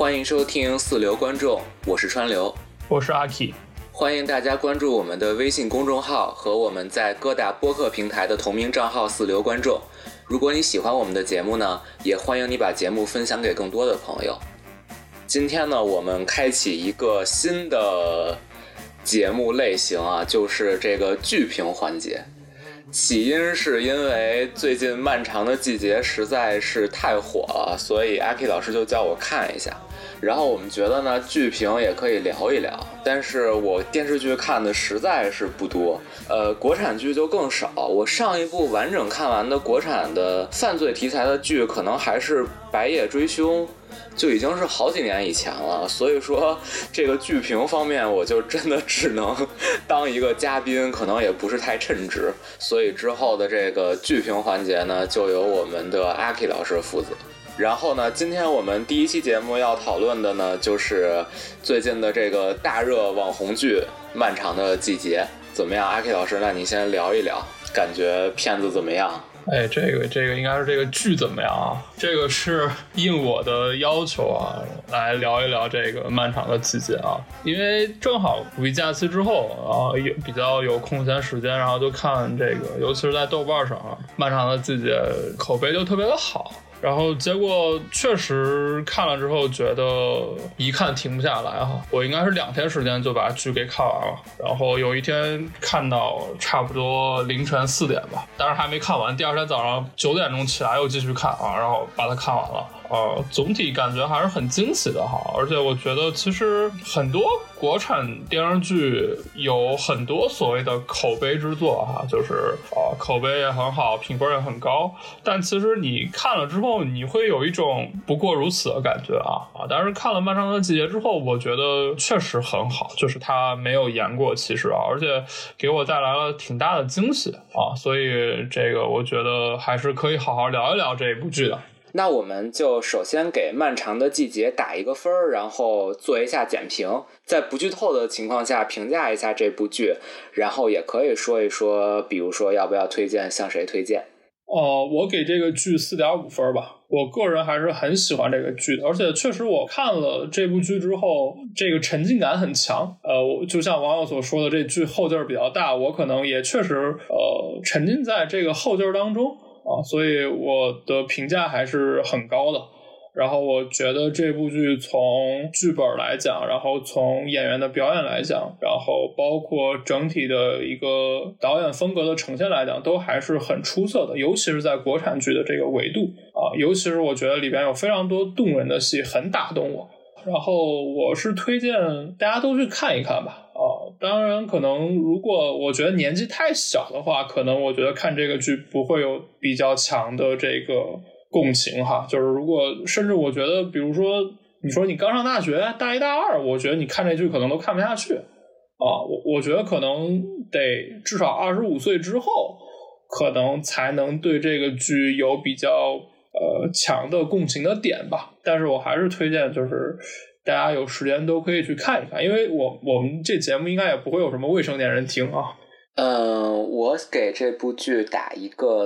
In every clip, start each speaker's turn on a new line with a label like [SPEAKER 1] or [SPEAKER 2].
[SPEAKER 1] 欢迎收听四流观众，我是川流，
[SPEAKER 2] 我是阿 K。
[SPEAKER 1] 欢迎大家关注我们的微信公众号和我们在各大播客平台的同名账号四流观众。如果你喜欢我们的节目呢，也欢迎你把节目分享给更多的朋友。今天呢，我们开启一个新的节目类型啊，就是这个剧评环节。起因是因为最近漫长的季节实在是太火了，所以阿 K 老师就叫我看一下，然后我们觉得呢剧评也可以聊一聊，但是我电视剧看的实在是不多，国产剧就更少。我上一部完整看完的国产的犯罪题材的剧可能还是《白夜追凶》，就已经是好几年以前了，所以说这个剧评方面我就真的只能当一个嘉宾，可能也不是太称职，所以之后的这个剧评环节呢，就由我们的阿 K 老师负责。然后呢，今天我们第一期节目要讨论的呢，就是最近的这个大热网红剧《漫长的季节》怎么样？阿 K 老师，那你先聊一聊，感觉片子怎么样？
[SPEAKER 2] 这个应该是这个剧怎么样啊？这个是应我的要求啊，来聊一聊这个漫长的季节啊，因为正好五一假期之后啊，比较有空闲时间，然后就看这个，尤其是在豆瓣上啊，漫长的季节口碑就特别的好。然后结果确实看了之后觉得一看停不下来哈，我应该是2天时间就把剧给看完了，然后有一天看到差不多凌晨4点吧，但是还没看完，第二天早上9点钟起来又继续看啊，然后把它看完了。总体感觉还是很惊喜的哈，而且我觉得其实很多国产电视剧有很多所谓的口碑之作哈，就是口碑也很好，评分也很高，但其实你看了之后你会有一种不过如此的感觉啊，但是看了漫长的季节之后，我觉得确实很好，就是它没有言过其实啊，而且给我带来了挺大的惊喜啊，所以这个我觉得还是可以好好聊一聊这部剧的。
[SPEAKER 1] 那我们就首先给漫长的季节打一个分，然后做一下简评，在不剧透的情况下评价一下这部剧，然后也可以说一说，比如说要不要推荐，向谁推荐。
[SPEAKER 2] 我给这个剧4.5分吧，我个人还是很喜欢这个剧的，而且确实我看了这部剧之后，这个沉浸感很强。就像网友所说的，这剧后劲儿比较大，我可能也确实沉浸在这个后劲儿当中。所以我的评价还是很高的。然后我觉得这部剧从剧本来讲，然后从演员的表演来讲，然后包括整体的一个导演风格的呈现来讲，都还是很出色的，尤其是在国产剧的这个维度尤其是我觉得里边有非常多动人的戏，很打动我。然后我是推荐大家都去看一看吧。当然可能如果我觉得年纪太小的话，可能我觉得看这个剧不会有比较强的这个共情哈。就是如果甚至我觉得比如说你说你刚上大学大1大2，我觉得你看这剧可能都看不下去我觉得可能得至少25岁之后可能才能对这个剧有比较强的共情的点吧。但是我还是推荐就是大家有时间都可以去看一看，因为我们这节目应该也不会有什么未成年人听啊。
[SPEAKER 1] 我给这部剧打一个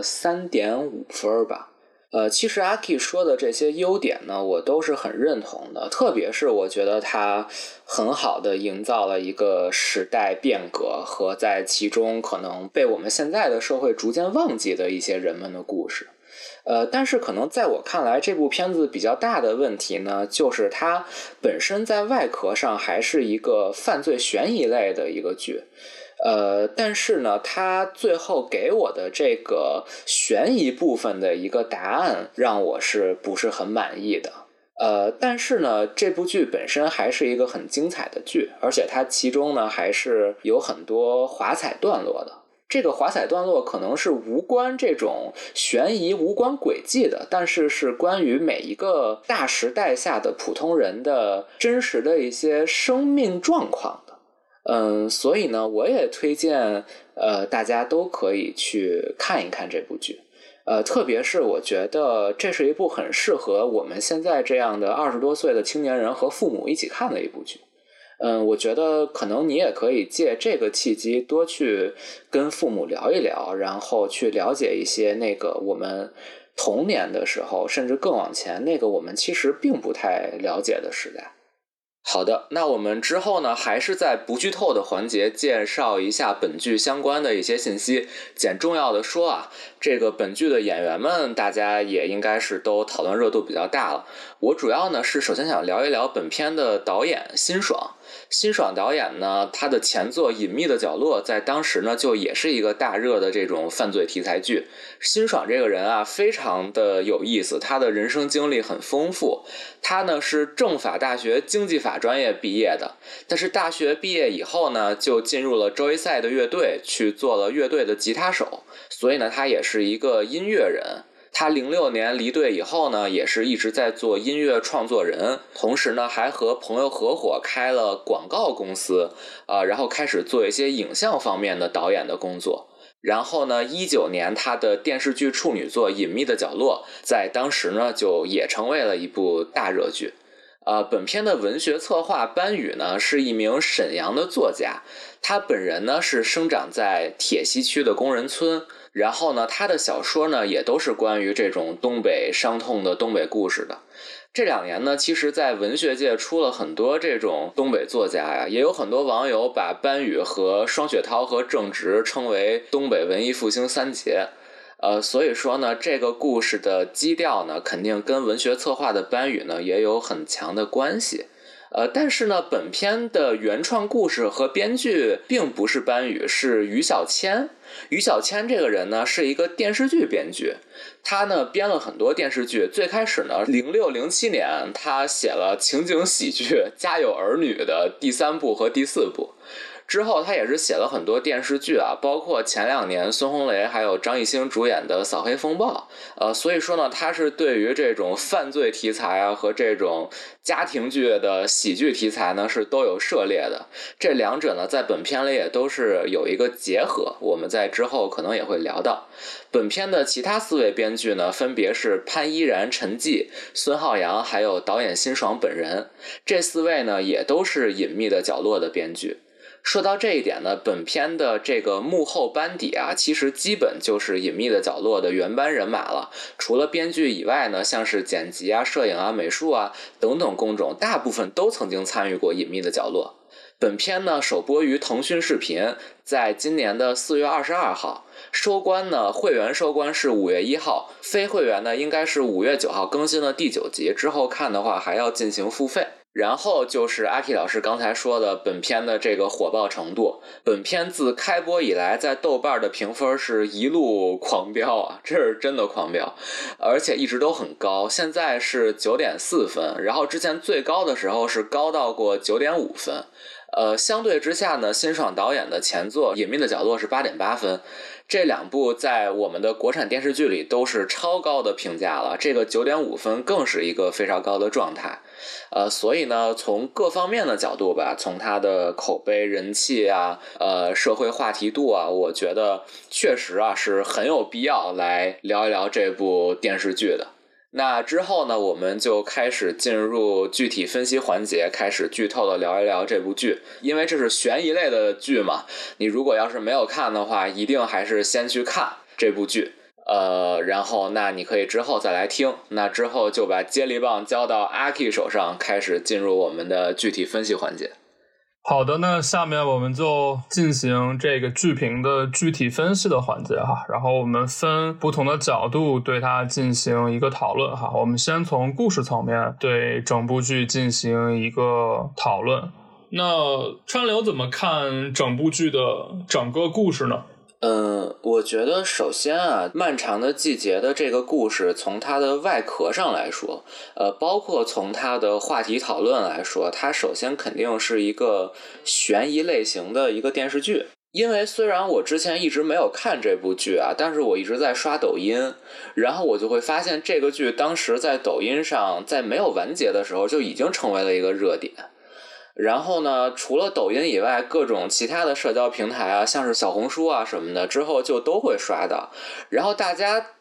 [SPEAKER 1] 3.5分吧。其实阿 K 说的这些优点呢，我都是很认同的，特别是我觉得他很好的营造了一个时代变革和在其中可能被我们现在的社会逐渐忘记的一些人们的故事。但是可能在我看来，这部片子比较大的问题呢，就是它本身在外壳上还是一个犯罪悬疑类的一个剧。但是呢，它最后给我的这个悬疑部分的一个答案，让我是不是很满意的。但是呢，这部剧本身还是一个很精彩的剧，而且它其中呢还是有很多华彩段落的。这个华彩段落可能是无关这种悬疑、无关轨迹的，但是是关于每一个大时代下的普通人的真实的一些生命状况的。所以呢，我也推荐大家都可以去看一看这部剧。特别是我觉得这是一部很适合我们现在这样的20多岁的青年人和父母一起看的一部剧。我觉得可能你也可以借这个契机多去跟父母聊一聊，然后去了解一些那个我们童年的时候，甚至更往前，那个我们其实并不太了解的时代。好的，那我们之后呢，还是在不剧透的环节介绍一下本剧相关的一些信息。简重要的说啊，这个本剧的演员们，大家也应该是都讨论热度比较大了。我主要呢是首先想聊一聊本片的导演辛爽。辛爽导演呢，他的前作《隐秘的角落》在当时呢就也是一个大热的这种犯罪题材剧。辛爽这个人啊，非常的有意思，他的人生经历很丰富。他呢是政法大学经济法专业毕业的，但是大学毕业以后呢，就进入了Joyside的乐队，去做了乐队的吉他手，所以呢，他也是一个音乐人。他06年离队以后呢，也是一直在做音乐创作人，同时呢，还和朋友合伙开了广告公司，然后开始做一些影像方面的导演的工作。然后呢，19年他的电视剧处女作《隐秘的角落》在当时呢就也成为了一部大热剧。本片的文学策划班宇呢是一名沈阳的作家，他本人呢是生长在铁西区的工人村，然后呢他的小说呢也都是关于这种东北伤痛的东北故事的。这2年呢，其实在文学界出了很多这种东北作家呀，也有很多网友把班宇和双雪涛和郑直称为东北文艺复兴三杰。所以说呢，这个故事的基调呢，肯定跟文学策划的班宇呢也有很强的关系。但是呢，本片的原创故事和编剧并不是班宇，是于小谦。于小谦这个人呢，是一个电视剧编剧，他呢编了很多电视剧。最开始呢，06、07年他写了情景喜剧《家有儿女》的第3部和第4部。之后他也是写了很多电视剧啊，包括前2年孙红雷还有张艺兴主演的《扫黑风暴》。所以说呢，他是对于这种犯罪题材啊和这种家庭剧的喜剧题材呢是都有涉猎的。这两者呢在本片里也都是有一个结合，我们在之后可能也会聊到。本片的其他4位编剧呢，分别是潘依然、陈继、孙浩洋还有导演辛爽本人。这4位呢也都是《隐秘的角落》的编剧。说到这一点呢，本片的这个幕后班底啊，其实基本就是《隐秘的角落》的原班人马了。除了编剧以外呢，像是剪辑啊、摄影啊、美术啊等等工种，大部分都曾经参与过《隐秘的角落》。本片呢首播于腾讯视频，在今年的4月22号。收官呢，会员收官是5月1号，非会员呢应该是5月9号更新了第9集，之后看的话还要进行付费。然后就是阿 K 老师刚才说的本片的这个火爆程度。本片自开播以来在豆瓣的评分是一路狂飙啊，这是真的狂飙，而且一直都很高，现在是 9.4 分，然后之前最高的时候是高到过 9.5 分。相对之下呢，辛爽导演的前作《隐秘的角落》是 8.8 分，这2部在我们的国产电视剧里都是超高的评价了，这个 9.5 分更是一个非常高的状态。所以呢，从各方面的角度吧，从它的口碑、人气啊，社会话题度啊，我觉得确实啊是很有必要来聊一聊这部电视剧的。那之后呢，我们就开始进入具体分析环节，开始剧透的聊一聊这部剧。因为这是悬疑类的剧嘛，你如果要是没有看的话，一定还是先去看这部剧。然后那你可以之后再来听。那之后就把接力棒交到阿 K 手上，开始进入我们的具体分析环节。
[SPEAKER 2] 好的，那下面我们就进行这个剧评的具体分析的环节哈，然后我们分不同的角度对它进行一个讨论哈。我们先从故事层面对整部剧进行一个讨论。那川流怎么看整部剧的整个故事呢？
[SPEAKER 1] 我觉得首先啊，漫长的季节的这个故事，从它的外壳上来说，包括从它的话题讨论来说，它首先肯定是一个悬疑类型的一个电视剧。因为虽然我之前一直没有看这部剧啊，但是我一直在刷抖音，然后我就会发现这个剧当时在抖音上，在没有完结的时候就已经成为了一个热点。然后呢，除了抖音以外，各种其他的社交平台啊，像是小红书啊什么的，之后就都会刷到。然后大家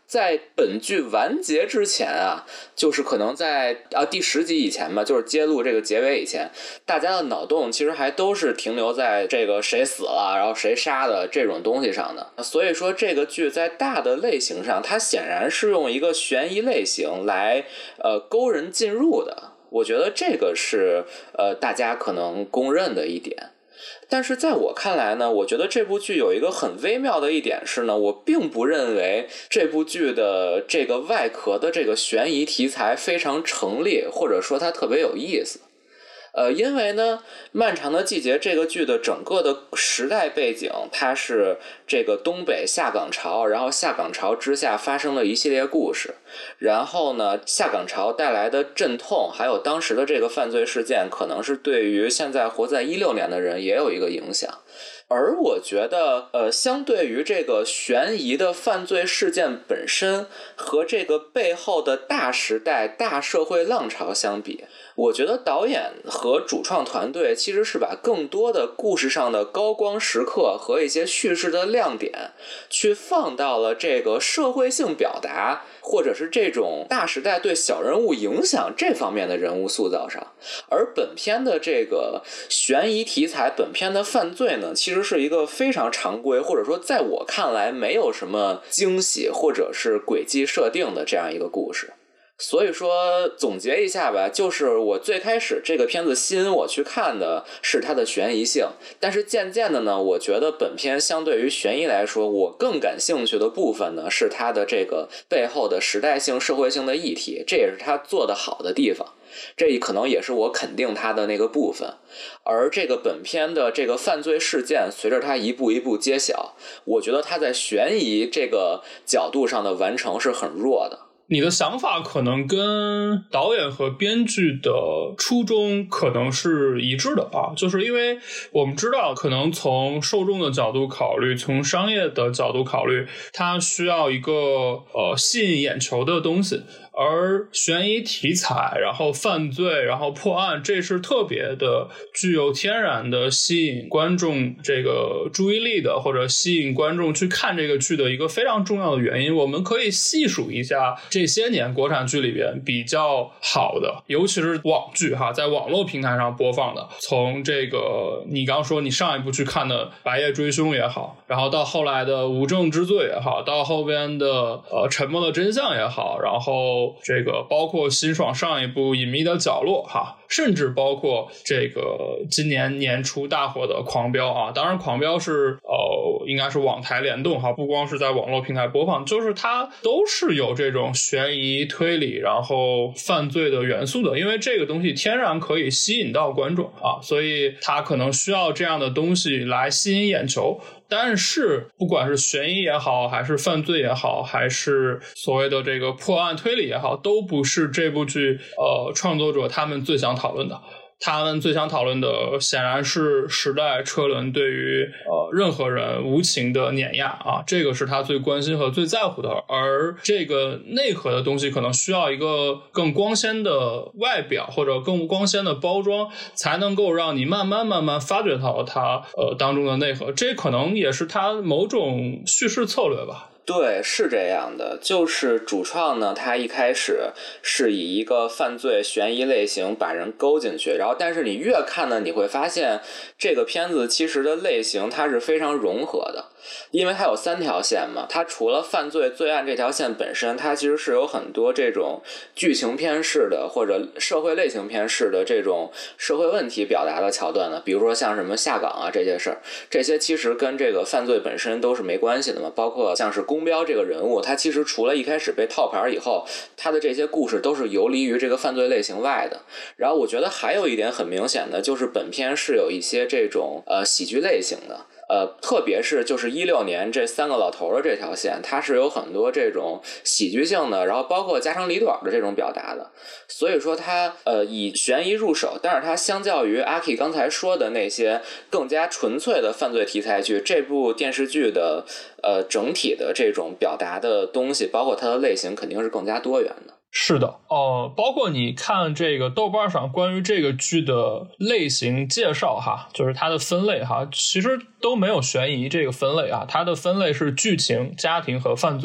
[SPEAKER 1] 在本剧完结之前啊，就是可能在第10集以前吧，就是揭露这个结尾以前，大家的脑洞其实还都是停留在这个谁死了，然后谁杀的这种东西上的。所以说这个剧在大的类型上，它显然是用一个悬疑类型来勾人进入的。我觉得这个是大家可能公认的一点。但是在我看来呢，我觉得这部剧有一个很微妙的一点是呢，我并不认为这部剧的这个外壳的这个悬疑题材非常成立，或者说它特别有意思。因为呢，漫长的季节这个剧的整个的时代背景，它是这个东北下岗潮，然后下岗潮之下发生了一系列故事，然后呢，下岗潮带来的阵痛，还有当时的这个犯罪事件，可能是对于现在活在16年的人也有一个影响。而我觉得相对于这个悬疑的犯罪事件本身和这个背后的大时代大社会浪潮相比，我觉得导演和主创团队其实是把更多的故事上的高光时刻和一些叙事的亮点去放到了这个社会性表达或者是这种大时代对小人物影响这方面的人物塑造上。而本片的这个悬疑题材，本片的犯罪呢，其实是一个非常常规，或者说在我看来没有什么惊喜或者是轨迹设定的这样一个故事。所以说总结一下吧，就是我最开始这个片子吸引我去看的是它的悬疑性，但是渐渐的呢，我觉得本片相对于悬疑来说，我更感兴趣的部分呢是它的这个背后的时代性社会性的议题，这也是它做得好的地方，这可能也是我肯定它的那个部分。而这个本片的这个犯罪事件随着它一步一步揭晓，我觉得它在悬疑这个角度上的完成是很弱的。
[SPEAKER 2] 你的想法可能跟导演和编剧的初衷可能是一致的啊，就是因为我们知道可能从受众的角度考虑，从商业的角度考虑，它需要一个吸引眼球的东西，而悬疑题材，然后犯罪，然后破案，这是特别的具有天然的吸引观众这个注意力的，或者吸引观众去看这个剧的一个非常重要的原因。我们可以细数一下这些年国产剧里边比较好的，尤其是网剧哈，在网络平台上播放的，从这个你刚说你上一部去看的《白夜追凶》也好，然后到后来的《无证之罪》也好，到后边的沉默的真相也好，然后这个包括辛爽上一部《隐秘的角落》哈，甚至包括这个今年年初大火的《狂飙》啊，当然《狂飙》是应该是网台联动哈，不光是在网络平台播放，就是它都是有这种悬疑推理然后犯罪的元素的，因为这个东西天然可以吸引到观众啊，所以它可能需要这样的东西来吸引眼球。但是不管是悬疑也好，还是犯罪也好，还是所谓的这个破案推理也好，都不是这部剧创作者他们最想讨论的。他们最想讨论的显然是时代车轮对于任何人无情的碾压啊，这个是他最关心和最在乎的。而这个内核的东西可能需要一个更光鲜的外表或者更光鲜的包装，才能够让你慢慢发掘到它当中的内核，这可能也是他某种叙事策略吧。
[SPEAKER 1] 对，是这样的，就是主创呢，他一开始是以一个犯罪悬疑类型把人勾进去，然后但是你越看呢，你会发现这个片子其实的类型它是非常融合的，因为它有3条线嘛，它除了犯罪罪案这条线本身，它其实是有很多这种剧情片式的或者社会类型片式的这种社会问题表达的桥段的，比如说像什么下岗啊这些事儿，这些其实跟这个犯罪本身都是没关系的嘛，包括像是公标这个人物，他其实除了一开始被套牌以后，他的这些故事都是游离于这个犯罪类型外的。然后我觉得还有一点很明显的就是本片是有一些这种喜剧类型的。特别是就是16年这3个老头的这条线，它是有很多这种喜剧性的，然后包括家长里短的这种表达的。所以说它以悬疑入手，但是它相较于阿 K 刚才说的那些更加纯粹的犯罪题材剧，这部电视剧的整体的这种表达的东西，包括它的类型肯定是更加多元的。
[SPEAKER 2] 是的，包括你看这个豆瓣上关于这个剧的类型介绍哈，就是它的分类哈，其实都没有悬疑这个分类啊，它的分类是剧情、家庭和犯罪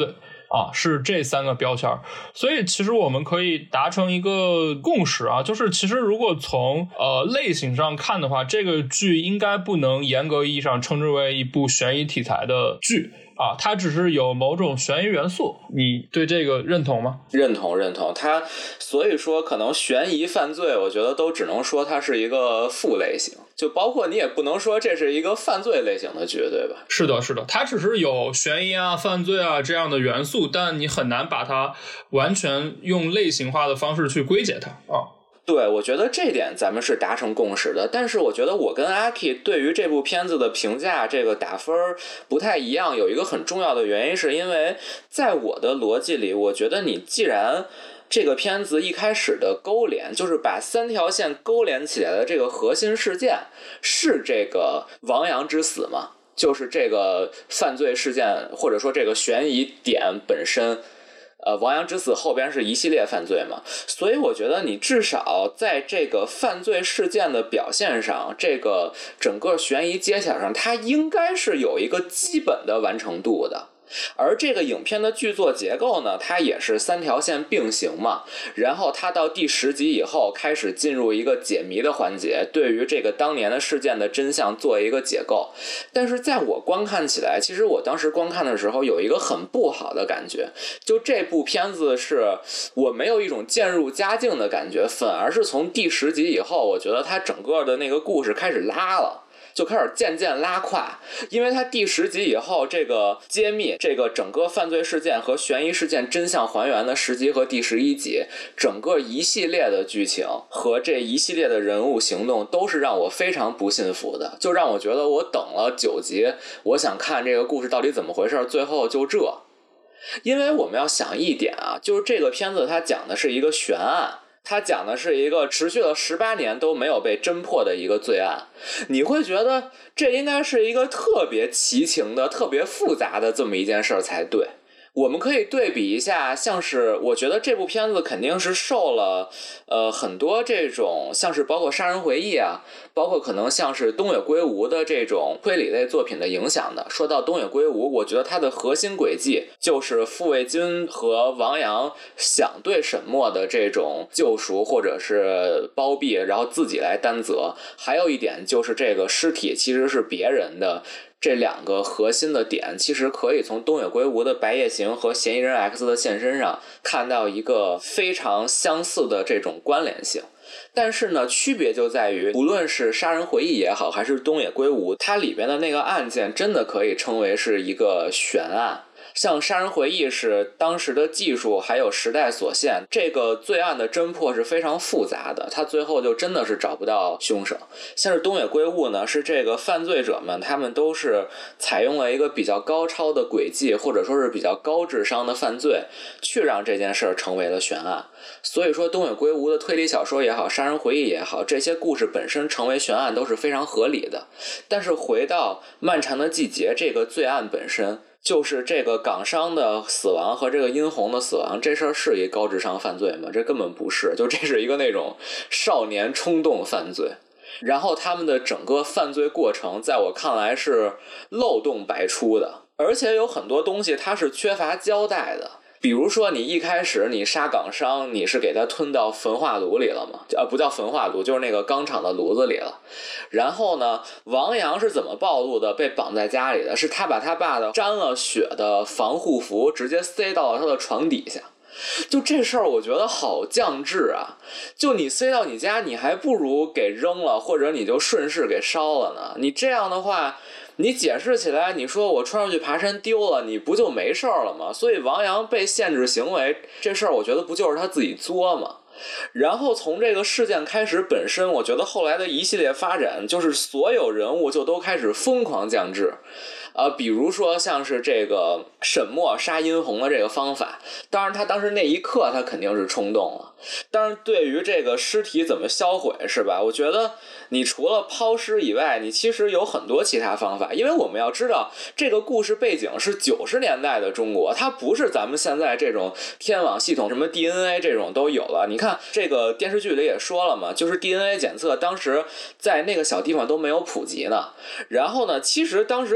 [SPEAKER 2] 是这3个标签。所以其实我们可以达成一个共识啊，就是其实如果从类型上看的话，这个剧应该不能严格意义上称之为一部悬疑题材的剧啊，它只是有某种悬疑元素。你对这个认同吗？
[SPEAKER 1] 认同。它所以说可能悬疑犯罪我觉得都只能说它是一个副类型，就包括你也不能说这是一个犯罪类型的剧，对吧？
[SPEAKER 2] 是的，它只是有悬疑啊、犯罪啊这样的元素，但你很难把它完全用类型化的方式去归结它啊。
[SPEAKER 1] 对，我觉得这点咱们是达成共识的，但是我觉得我跟阿 K 对于这部片子的评价这个打分不太一样，有一个很重要的原因是因为在我的逻辑里，我觉得你既然这个片子一开始的勾连就是把3条线勾连起来的这个核心事件是这个王阳之死嘛，就是这个犯罪事件或者说这个悬疑点本身，王阳之死后边是一系列犯罪嘛，所以我觉得你至少在这个犯罪事件的表现上，这个整个悬疑揭晓上，它应该是有一个基本的完成度的。而这个影片的剧作结构呢，它也是3条线并行嘛，然后它到第10集以后开始进入一个解谜的环节，对于这个当年的事件的真相做一个解构。但是在我观看起来，其实我当时观看的时候有一个很不好的感觉，就这部片子是我没有一种渐入佳境的感觉，反而是从第10集以后，我觉得它整个的那个故事开始拉了，就开始渐渐拉胯，因为它第10集以后，这个揭秘这个整个犯罪事件和悬疑事件真相还原的10集和第11集，整个一系列的剧情和这一系列的人物行动都是让我非常不信服的，就让我觉得我等了9集，我想看这个故事到底怎么回事，最后就这。因为我们要想一点啊，就是这个片子它讲的是一个悬案，它讲的是一个持续了18年都没有被侦破的一个罪案，你会觉得这应该是一个特别奇情的、特别复杂的这么一件事才对。我们可以对比一下，像是我觉得这部片子肯定是受了很多这种像是包括杀人回忆啊，包括可能像是东野圭吾的这种推理类作品的影响的。说到东野圭吾，我觉得它的核心轨迹就是傅卫军和王阳想对沈墨的这种救赎或者是包庇，然后自己来担责。还有一点就是这个尸体其实是别人的，这2个核心的点其实可以从东野圭吾的白夜行和嫌疑人 X 的现身上看到一个非常相似的这种关联性。但是呢，区别就在于无论是杀人回忆也好还是东野圭吾，它里边的那个案件真的可以称为是一个悬案。像杀人回忆是当时的技术还有时代所限，这个罪案的侦破是非常复杂的，他最后就真的是找不到凶手。像是东野圭吾呢，是这个犯罪者们他们都是采用了一个比较高超的轨迹，或者说是比较高智商的犯罪，去让这件事成为了悬案。所以说东野圭吾的推理小说也好，杀人回忆也好，这些故事本身成为悬案都是非常合理的。但是回到漫长的季节，这个罪案本身就是这个港商的死亡和这个殷红的死亡，这事儿是一高智商犯罪吗？这根本不是，就这是一个那种少年冲动犯罪。然后他们的整个犯罪过程在我看来是漏洞百出的，而且有很多东西它是缺乏交代的。比如说你一开始你杀港商，你是给他吞到焚化炉里了吗？不叫焚化炉，就是那个钢厂的炉子里了。然后呢，王阳是怎么暴露的？被绑在家里的是他把他爸的沾了血的防护服直接塞到了他的床底下。就这事儿我觉得好降智啊，就你塞到你家，你还不如给扔了，或者你就顺势给烧了呢。你这样的话你解释起来，你说我穿上去爬山丢了，你不就没事儿了吗？所以王阳被限制行为这事儿，我觉得不就是他自己作吗？然后从这个事件开始本身，我觉得后来的一系列发展，就是所有人物就都开始疯狂降智。比如说像是这个沈墨杀殷红的这个方法，当然他当时那一刻他肯定是冲动了，但是对于这个尸体怎么销毁是吧，我觉得你除了抛尸以外，你其实有很多其他方法。因为我们要知道这个故事背景是90年代的中国，它不是咱们现在这种天网系统什么 DNA 这种都有了。你看这个电视剧里也说了嘛，就是 DNA 检测当时在那个小地方都没有普及呢。然后呢，其实当时90年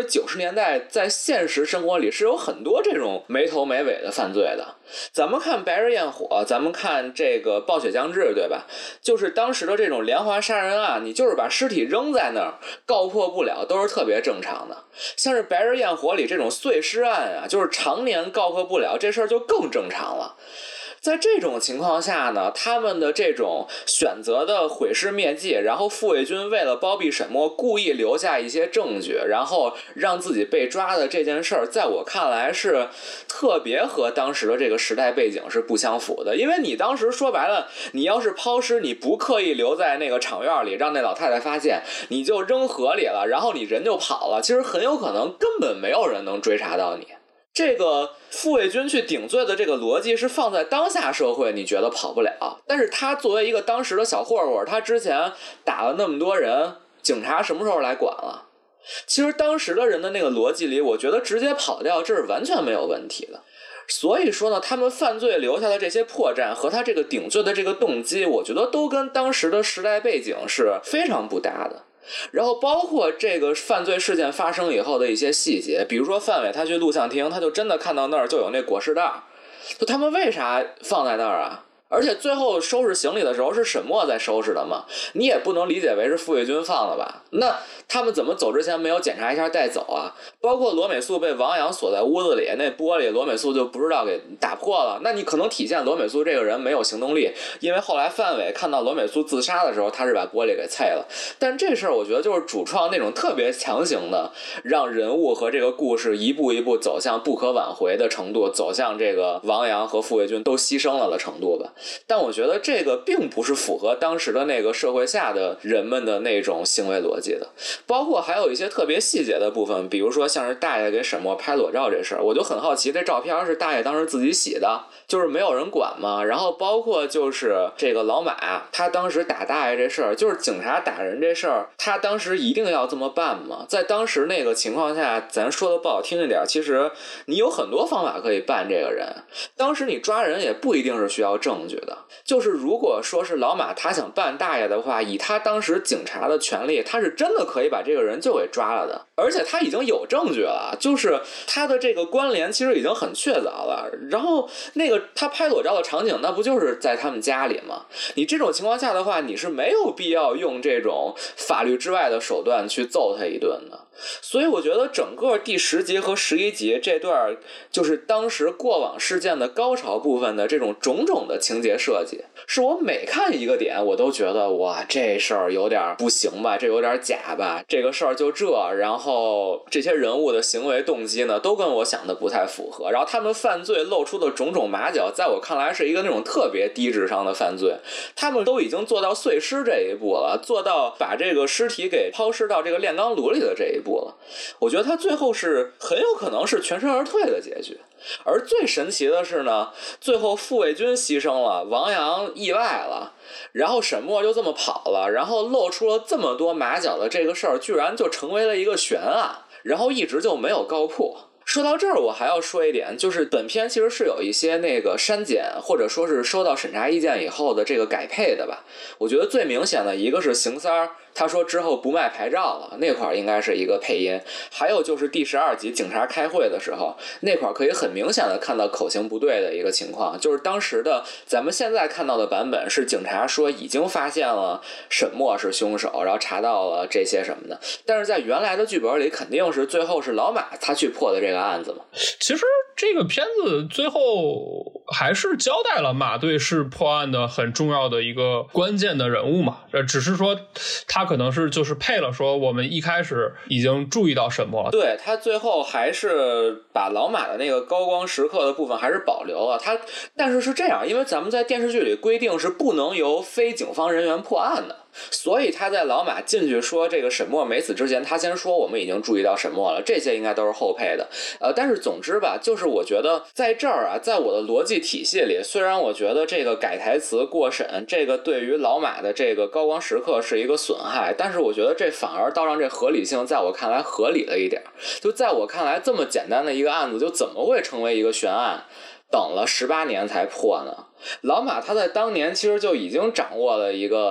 [SPEAKER 1] 年代在现实生活里是有很多这种没头没尾的犯罪的。咱们看白日焰火，咱们看这个暴雪将至，对吧？就是当时的这种连环杀人案，你就是把尸体扔在那儿，告破不了都是特别正常的。像是白日焰火里这种碎尸案啊，就是常年告破不了，这事儿就更正常了。在这种情况下呢，他们的这种选择的毁尸灭迹，然后傅卫军为了包庇沈墨，故意留下一些证据，然后让自己被抓的这件事儿，在我看来是特别和当时的这个时代背景是不相符的。因为你当时说白了，你要是抛尸，你不刻意留在那个场院里让那老太太发现，你就扔河里了，然后你人就跑了，其实很有可能根本没有人能追查到你。这个傅卫军去顶罪的这个逻辑是放在当下社会，你觉得跑不了，但是他作为一个当时的小混混，他之前打了那么多人，警察什么时候来管了？其实当时的人的那个逻辑里，我觉得直接跑掉这是完全没有问题的。所以说呢，他们犯罪留下的这些破绽和他这个顶罪的这个动机，我觉得都跟当时的时代背景是非常不搭的。然后包括这个犯罪事件发生以后的一些细节，比如说范伟他去录像厅，他就真的看到那儿就有那裹尸袋，就他们为啥放在那儿啊？而且最后收拾行李的时候是沈墨在收拾的嘛，你也不能理解为是傅卫军放的吧？那他们怎么走之前没有检查一下带走啊？包括罗美素被王阳锁在屋子里，那玻璃罗美素就不知道给打破了，那你可能体现罗美素这个人没有行动力，因为后来范伟看到罗美素自杀的时候，他是把玻璃给碎了。但这事儿我觉得就是主创那种特别强行的让人物和这个故事一步一步走向不可挽回的程度，走向这个王阳和傅卫军都牺牲了的程度吧。但我觉得这个并不是符合当时的那个社会下的人们的那种行为逻辑的。包括还有一些特别细节的部分，比如说像是大爷给沈墨拍裸照这事儿，我就很好奇，这照片是大爷当时自己洗的，就是没有人管嘛。然后包括就是这个老马他当时打大爷这事儿，就是警察打人这事儿，他当时一定要这么办吗？在当时那个情况下，咱说的不好听一点，其实你有很多方法可以办这个人。当时你抓人也不一定是需要证据的，就是如果说是老马他想办大爷的话，以他当时警察的权力，他是真的可以把这个人就给抓了的，而且他已经有证据了，就是他的这个关联其实已经很确凿了。然后那个他拍裸照的场景，那不就是在他们家里吗？你这种情况下的话，你是没有必要用这种法律之外的手段去揍他一顿的。所以我觉得整个第10集和11集这段就是当时过往事件的高潮部分的这种种种的情节设计，是我每看一个点我都觉得哇，这事儿有点不行吧，这有点假吧，这个事儿就这，然后这些人物的行为动机呢都跟我想的不太符合，然后他们犯罪露出的种种马脚，在我看来是一个那种特别低智商的犯罪，他们都已经做到碎尸这一步了，做到把这个尸体给抛尸到这个炼钢炉里的这一步了，我觉得他最后是很有可能是全身而退的结局。而最神奇的是呢，最后傅卫军牺牲了，王阳意外了，然后沈墨就这么跑了，然后露出了这么多马脚的这个事儿，居然就成为了一个悬案，然后一直就没有告破。说到这儿，我还要说一点，就是本片其实是有一些那个删减，或者说是收到审查意见以后的这个改配的吧。我觉得最明显的一个是邢三儿，他说之后不卖牌照了，那块应该是一个配音。还有就是第12集警察开会的时候，那块可以很明显的看到口型不对的一个情况，就是当时的咱们现在看到的版本是警察说已经发现了沈墨是凶手，然后查到了这些什么的，但是在原来的剧本里肯定是最后是老马他去破的这个案子嘛。
[SPEAKER 2] 其实这个片子最后还是交代了马队是破案的很重要的一个关键的人物嘛，只是说他可能是就是配了说我们一开始已经注意到沈墨了，
[SPEAKER 1] 对，他最后还是把老马的那个高光时刻的部分还是保留了他，但是是这样，因为咱们在电视剧里规定是不能由非警方人员破案的，所以他在老马进去说这个沈墨没死之前，他先说我们已经注意到沈墨了，这些应该都是后配的。但是总之吧，就是我觉得在这儿啊，在我的逻辑体系里，虽然我觉得这个改台词过审，这个对于老马的这个高光时刻是一个损害，但是我觉得这反而倒让这合理性在我看来合理了一点。就在我看来，这么简单的一个案子，就怎么会成为一个悬案？等了18年才破呢？老马他在当年其实就已经掌握了一个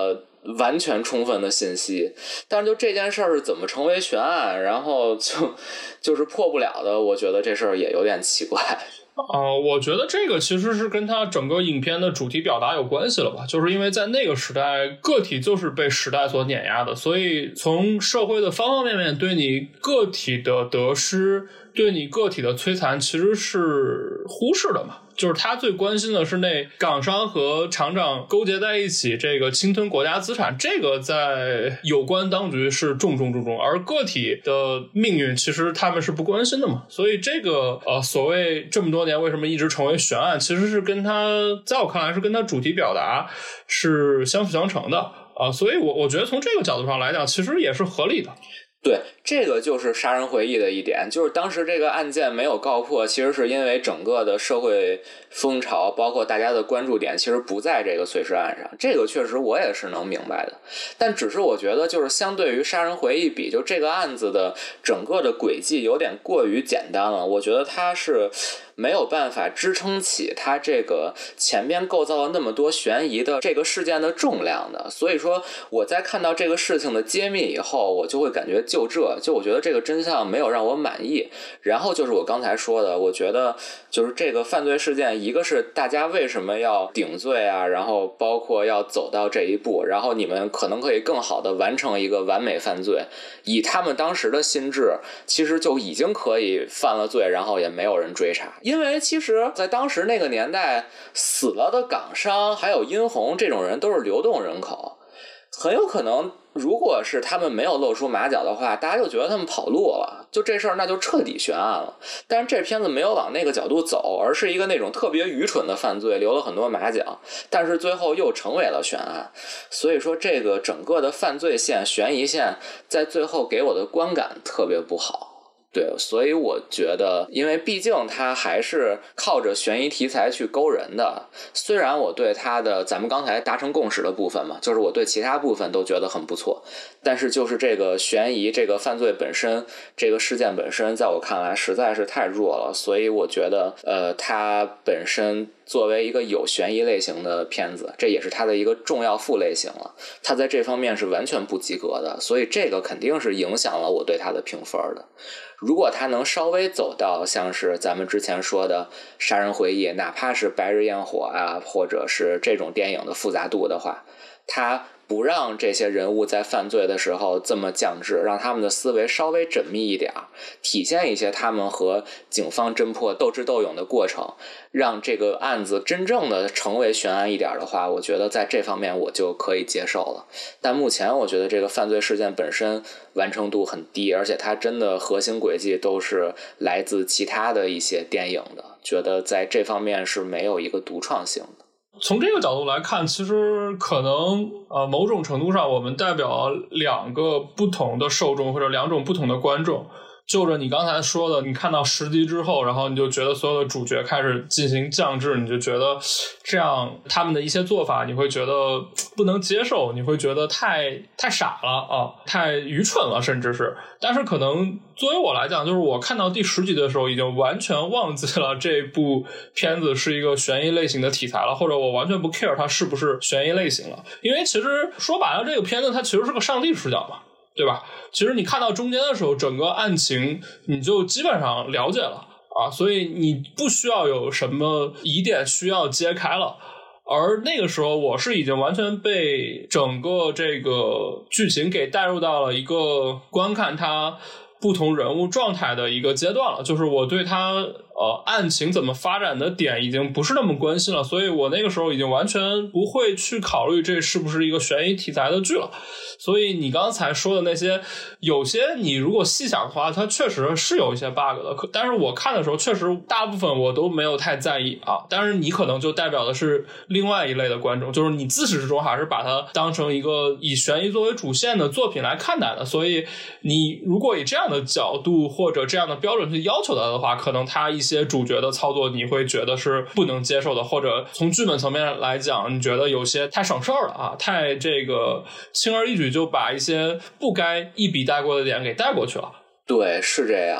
[SPEAKER 1] 完全充分的信息，但是就这件事儿是怎么成为悬案，然后就是破不了的，我觉得这事儿也有点奇怪。
[SPEAKER 2] 我觉得这个其实是跟他整个影片的主题表达有关系了吧，就是因为在那个时代，个体就是被时代所碾压的，所以从社会的方方面面对你个体的得失，对你个体的摧残其实是忽视的嘛。就是他最关心的是那港商和厂长勾结在一起，这个侵吞国家资产，这个在有关当局是重中之重，而个体的命运其实他们是不关心的嘛。所以这个所谓这么多年为什么一直成为悬案，其实是跟他在我看来是跟他主题表达是相辅相成的所以我觉得从这个角度上来讲，其实也是合理的。
[SPEAKER 1] 对，这个就是杀人回忆的一点，就是当时这个案件没有告破，其实是因为整个的社会风潮，包括大家的关注点，其实不在这个碎尸案上。这个确实我也是能明白的，但只是我觉得，就是相对于杀人回忆比，就这个案子的整个的轨迹有点过于简单了。我觉得它是没有办法支撑起它这个前边构造了那么多悬疑的这个事件的重量的。所以说，我在看到这个事情的揭秘以后，我就会感觉就我觉得这个真相没有让我满意。然后就是我刚才说的，我觉得就是这个犯罪事件，一个是大家为什么要顶罪啊，然后包括要走到这一步，然后你们可能可以更好的完成一个完美犯罪，以他们当时的心智，其实就已经可以犯了罪，然后也没有人追查。因为其实在当时那个年代，死了的港商还有殷红这种人都是流动人口，很有可能如果是他们没有露出马脚的话，大家就觉得他们跑路了，就这事儿那就彻底悬案了。但是这片子没有往那个角度走，而是一个那种特别愚蠢的犯罪，留了很多马脚，但是最后又成为了悬案。所以说这个整个的犯罪线、悬疑线在最后给我的观感特别不好。对，所以我觉得，因为毕竟它还是靠着悬疑题材去勾人的。虽然我对它的咱们刚才达成共识的部分嘛，就是我对其他部分都觉得很不错，但是就是这个悬疑、这个犯罪本身、这个事件本身，在我看来实在是太弱了。所以我觉得，它本身作为一个有悬疑类型的片子，这也是它的一个重要副类型了，它在这方面是完全不及格的，所以这个肯定是影响了我对它的评分的。如果它能稍微走到像是咱们之前说的杀人回忆，哪怕是白日焰火啊，或者是这种电影的复杂度的话，它不让这些人物在犯罪的时候这么降智，让他们的思维稍微缜密一点，体现一些他们和警方侦破斗智斗勇的过程，让这个案子真正的成为悬案一点的话，我觉得在这方面我就可以接受了。但目前我觉得这个犯罪事件本身完成度很低，而且它真的核心轨迹都是来自其他的一些电影的，觉得在这方面是没有一个独创性的。
[SPEAKER 2] 从这个角度来看，其实可能某种程度上我们代表两个不同的受众或者两种不同的观众。就着你刚才说的，你看到10集之后，然后你就觉得所有的主角开始进行降智，你就觉得这样他们的一些做法你会觉得不能接受，你会觉得太傻了啊，太愚蠢了，甚至是。但是可能作为我来讲，就是我看到第10集的时候已经完全忘记了这部片子是一个悬疑类型的题材了，或者我完全不 care 它是不是悬疑类型了。因为其实说白了，这个片子它其实是个上帝视角嘛，对吧？其实你看到中间的时候，整个案情你就基本上了解了啊，所以你不需要有什么疑点需要揭开了。而那个时候我是已经完全被整个这个剧情给带入到了一个观看它不同人物状态的一个阶段了，就是我对它案情怎么发展的点已经不是那么关心了，所以我那个时候已经完全不会去考虑这是不是一个悬疑题材的剧了。所以你刚才说的那些，有些你如果细想的话，它确实是有一些 bug 的，但是我看的时候确实大部分我都没有太在意啊。但是你可能就代表的是另外一类的观众，就是你自始至终还是把它当成一个以悬疑作为主线的作品来看待的，所以你如果以这样的角度或者这样的标准去要求它的话，可能它一些主角的操作你会觉得是不能接受的，或者从剧本层面来讲，你觉得有些太省事儿了啊，太这个轻而易举就把一些不该一笔带过的点给带过去了。
[SPEAKER 1] 对，是这样的。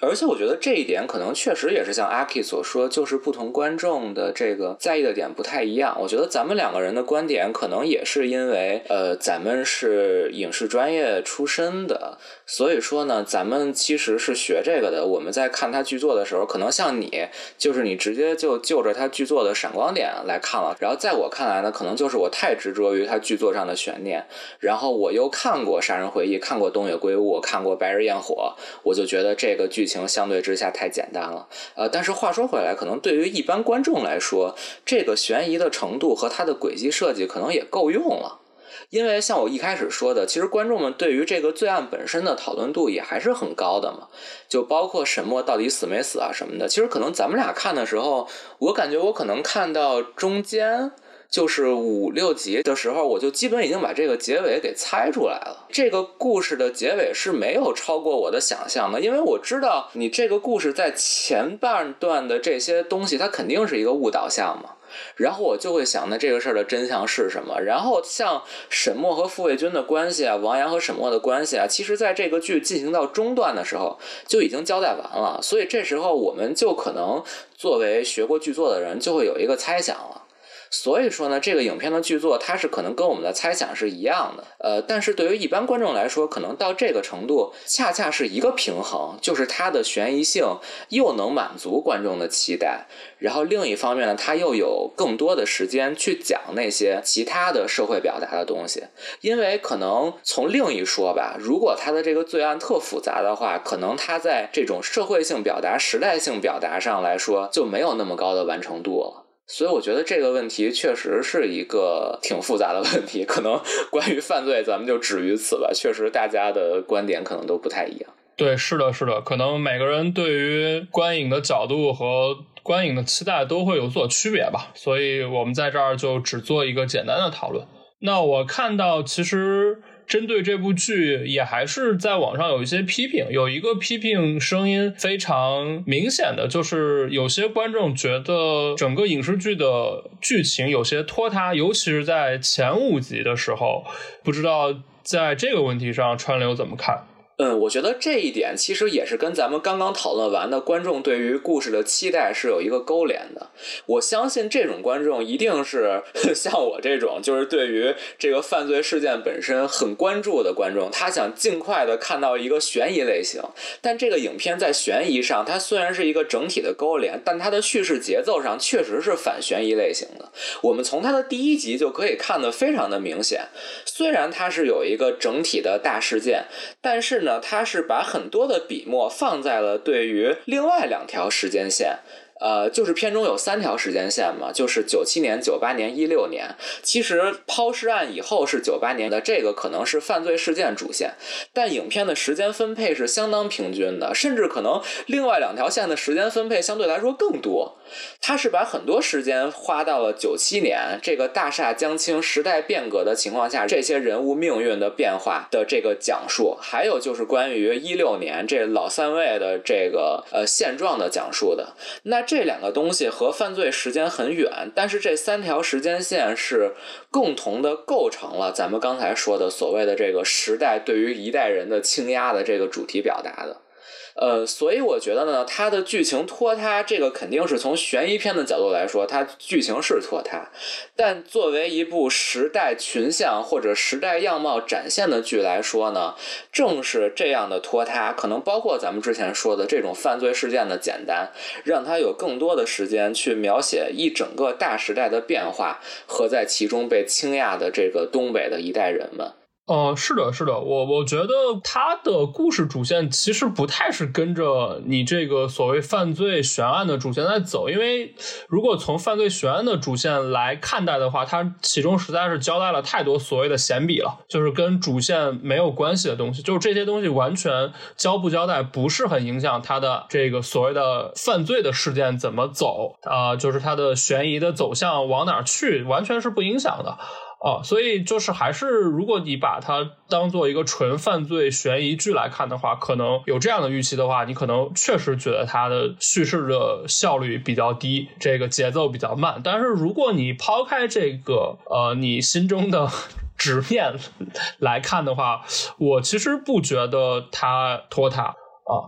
[SPEAKER 1] 而且我觉得这一点可能确实也是像阿 K 所说，就是不同观众的这个在意的点不太一样。我觉得咱们两个人的观点可能也是因为咱们是影视专业出身的，所以说呢咱们其实是学这个的。我们在看他剧作的时候，可能像你就是你直接就着他剧作的闪光点来看了，然后在我看来呢，可能就是我太执着于他剧作上的悬念，然后我又看过杀人回忆，看过东野圭吾，看过白日焰火，我就觉得这个剧情相对之下太简单了。但是话说回来，可能对于一般观众来说，这个悬疑的程度和它的轨迹设计可能也够用了。因为像我一开始说的，其实观众们对于这个罪案本身的讨论度也还是很高的嘛，就包括沈默到底死没死啊什么的。其实可能咱们俩看的时候，我感觉我可能看到中间就是5、6集的时候，我就基本已经把这个结尾给猜出来了。这个故事的结尾是没有超过我的想象的，因为我知道你这个故事在前半段的这些东西它肯定是一个误导项嘛，然后我就会想那这个事儿的真相是什么。然后像沈默和傅卫军的关系啊，王阳和沈默的关系啊，其实在这个剧进行到中段的时候就已经交代完了，所以这时候我们就可能作为学过剧作的人就会有一个猜想了。所以说呢，这个影片的剧作它是可能跟我们的猜想是一样的，但是对于一般观众来说，可能到这个程度恰恰是一个平衡，就是它的悬疑性又能满足观众的期待，然后另一方面呢，它又有更多的时间去讲那些其他的社会表达的东西。因为可能从另一说吧，如果它的这个罪案特复杂的话，可能它在这种社会性表达、时代性表达上来说就没有那么高的完成度了。所以我觉得这个问题确实是一个挺复杂的问题，可能关于犯罪咱们就止于此吧，确实大家的观点可能都不太一样。
[SPEAKER 2] 对，是的，是的，可能每个人对于观影的角度和观影的期待都会有所区别吧，所以我们在这儿就只做一个简单的讨论。那我看到其实针对这部剧也还是在网上有一些批评，有一个批评声音非常明显的，就是有些观众觉得整个影视剧的剧情有些拖沓，尤其是在前5集的时候，不知道在这个问题上川流怎么看？
[SPEAKER 1] 我觉得这一点其实也是跟咱们刚刚讨论完的观众对于故事的期待是有一个勾连的。我相信这种观众一定是像我这种就是对于这个犯罪事件本身很关注的观众，他想尽快的看到一个悬疑类型，但这个影片在悬疑上它虽然是一个整体的勾连，但它的叙事节奏上确实是反悬疑类型的。我们从它的第1集就可以看得非常的明显，虽然它是有一个整体的大事件，但是呢它是把很多的笔墨放在了对于另外2条时间线，就是片中有3条时间线嘛，就是97年、98年、16年。其实抛尸案以后是98年的，这个可能是犯罪事件主线，但影片的时间分配是相当平均的，甚至可能另外2条线的时间分配相对来说更多。它是把很多时间花到了97年这个大厦将倾、时代变革的情况下，这些人物命运的变化的这个讲述，还有就是关于16年这老三位的这个现状的讲述的。那这2个东西和犯罪时间很远，但是这3条时间线是共同的构成了咱们刚才说的所谓的这个时代对于一代人的倾压的这个主题表达的。所以我觉得呢，它的剧情拖沓，这个肯定是从悬疑片的角度来说，它剧情是拖沓。但作为一部时代群像或者时代样貌展现的剧来说呢，正是这样的拖沓，可能包括咱们之前说的这种犯罪事件的简单，让它有更多的时间去描写一整个大时代的变化和在其中被倾轧的这个东北的一代人们。
[SPEAKER 2] 是的，是的，我觉得他的故事主线其实不太是跟着你这个所谓犯罪悬案的主线在走，因为如果从犯罪悬案的主线来看待的话，它其中实在是交代了太多所谓的闲笔了，就是跟主线没有关系的东西，就是这些东西完全交不交代不是很影响它的这个所谓的犯罪的事件怎么走，就是它的悬疑的走向往哪去，完全是不影响的。所以就是还是如果你把它当做一个纯犯罪悬疑剧来看的话，可能有这样的预期的话，你可能确实觉得它的叙事的效率比较低，这个节奏比较慢。但是如果你抛开这个你心中的执念来看的话，我其实不觉得它拖沓。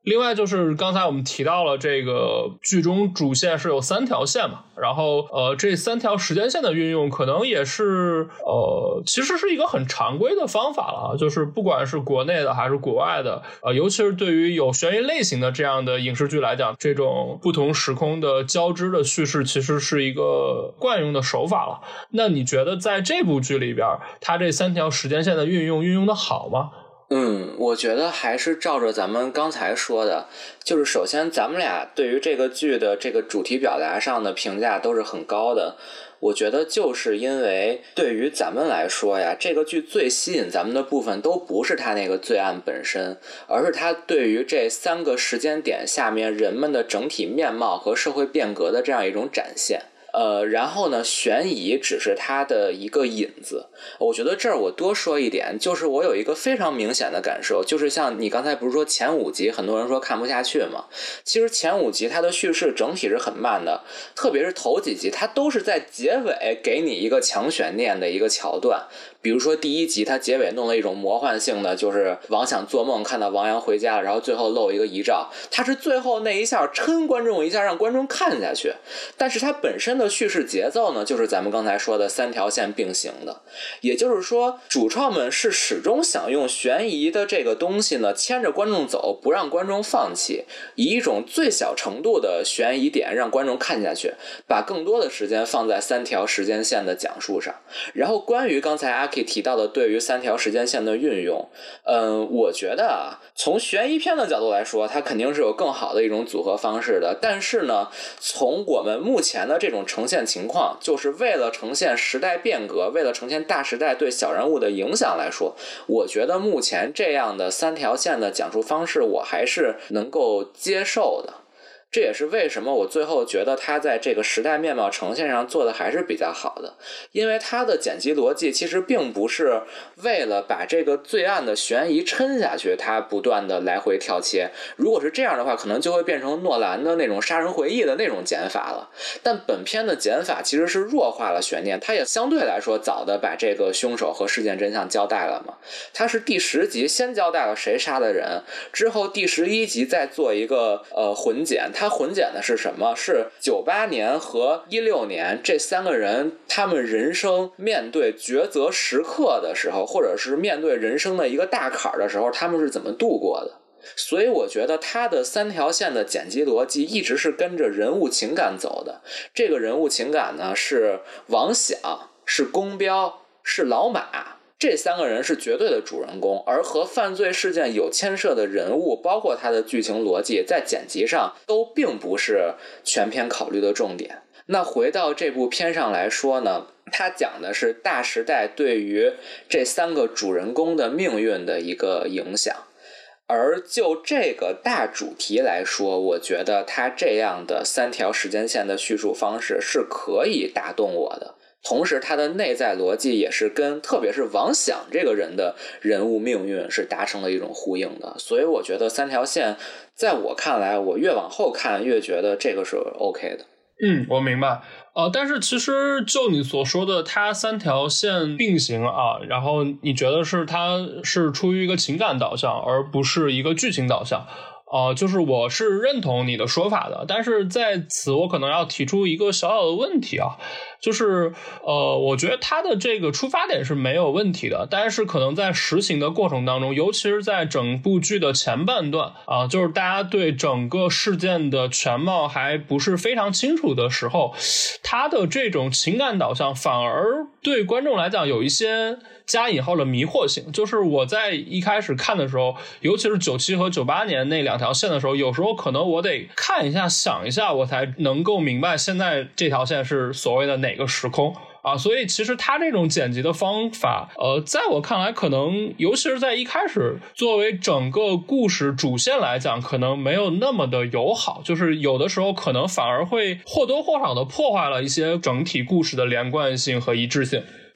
[SPEAKER 2] 另外就是刚才我们提到了这个剧中主线是有3条线嘛，然后这3条时间线的运用可能也是其实是一个很常规的方法了，就是不管是国内的还是国外的尤其是对于有悬疑类型的这样的影视剧来讲，这种不同时空的交织的叙事其实是一个惯用的手法了。那你觉得在这部剧里边它这3条时间线的运用的好吗？
[SPEAKER 1] 我觉得还是照着咱们刚才说的，就是首先咱们俩对于这个剧的这个主题表达上的评价都是很高的。我觉得就是因为对于咱们来说呀，这个剧最吸引咱们的部分都不是它那个罪案本身，而是它对于这3个时间点下面人们的整体面貌和社会变革的这样一种展现。然后呢，悬疑只是它的一个引子。我觉得这儿我多说一点，就是我有一个非常明显的感受，就是像你刚才不是说前5集很多人说看不下去吗？其实前5集它的叙事整体是很慢的，特别是头几集它都是在结尾给你一个强悬念的一个桥段。比如说第1集它结尾弄了一种魔幻性的，就是王想做梦看到王阳回家了，然后最后露一个遗照，它是最后那一下抻观众一下让观众看下去，但是它本身的叙事节奏呢，就是咱们刚才说的3条线并行的。也就是说主创们是始终想用悬疑的这个东西呢牵着观众走，不让观众放弃，以一种最小程度的悬疑点让观众看下去，把更多的时间放在3条时间线的讲述上。然后关于刚才阿 K 提到的对于3条时间线的运用，我觉得啊，从悬疑片的角度来说，它肯定是有更好的一种组合方式的。但是呢，从我们目前的这种呈现情况，就是为了呈现时代变革，为了呈现大时代对小人物的影响来说，我觉得目前这样的3条线的讲述方式，我还是能够接受的。这也是为什么我最后觉得他在这个时代面貌呈现上做的还是比较好的，因为他的剪辑逻辑其实并不是为了把这个罪案的悬疑抻下去，他不断的来回跳切。如果是这样的话，可能就会变成诺兰的那种杀人回忆的那种剪法了。但本片的剪法其实是弱化了悬念，他也相对来说早的把这个凶手和事件真相交代了嘛。他是第10集先交代了谁杀的人，之后第11集再做一个混剪。他混剪的是什么？是98年和16年这3个人他们人生面对抉择时刻的时候，或者是面对人生的一个大坎的时候，他们是怎么度过的。所以我觉得他的3条线的剪辑逻辑一直是跟着人物情感走的。这个人物情感呢，是王响，是宫彪，是老马，这3个人是绝对的主人公，而和犯罪事件有牵涉的人物，包括他的剧情逻辑，在剪辑上都并不是全片考虑的重点。那回到这部片上来说呢，它讲的是大时代对于这3个主人公的命运的一个影响。而就这个大主题来说，我觉得它这样的3条时间线的叙述方式是可以打动我的。同时它的内在逻辑也是跟特别是王响这个人的人物命运是达成了一种呼应的，所以我觉得3条线在我看来，我越往后看越觉得这个是 OK 的。
[SPEAKER 2] 我明白。但是其实就你所说的它3条线并行啊，然后你觉得是它是出于一个情感导向而不是一个剧情导向，就是我是认同你的说法的，但是在此我可能要提出一个小小的问题啊，就是我觉得它的这个出发点是没有问题的，但是可能在实行的过程当中，尤其是在整部剧的前半段啊，就是大家对整个事件的全貌还不是非常清楚的时候，它的这种情感导向反而对观众来讲有一些加引号的迷惑性。就是我在一开始看的时候，尤其是97和98年那2条线的时候，有时候可能我得看一下想一下，我才能够明白现在这条线是所谓的哪个时空啊。所以其实他这种剪辑的方法在我看来可能尤其是在一开始作为整个故事主线来讲可能没有那么的友好，就是有的时候可能反而会或多或少的破坏了一些整体故事的连贯性和一致性。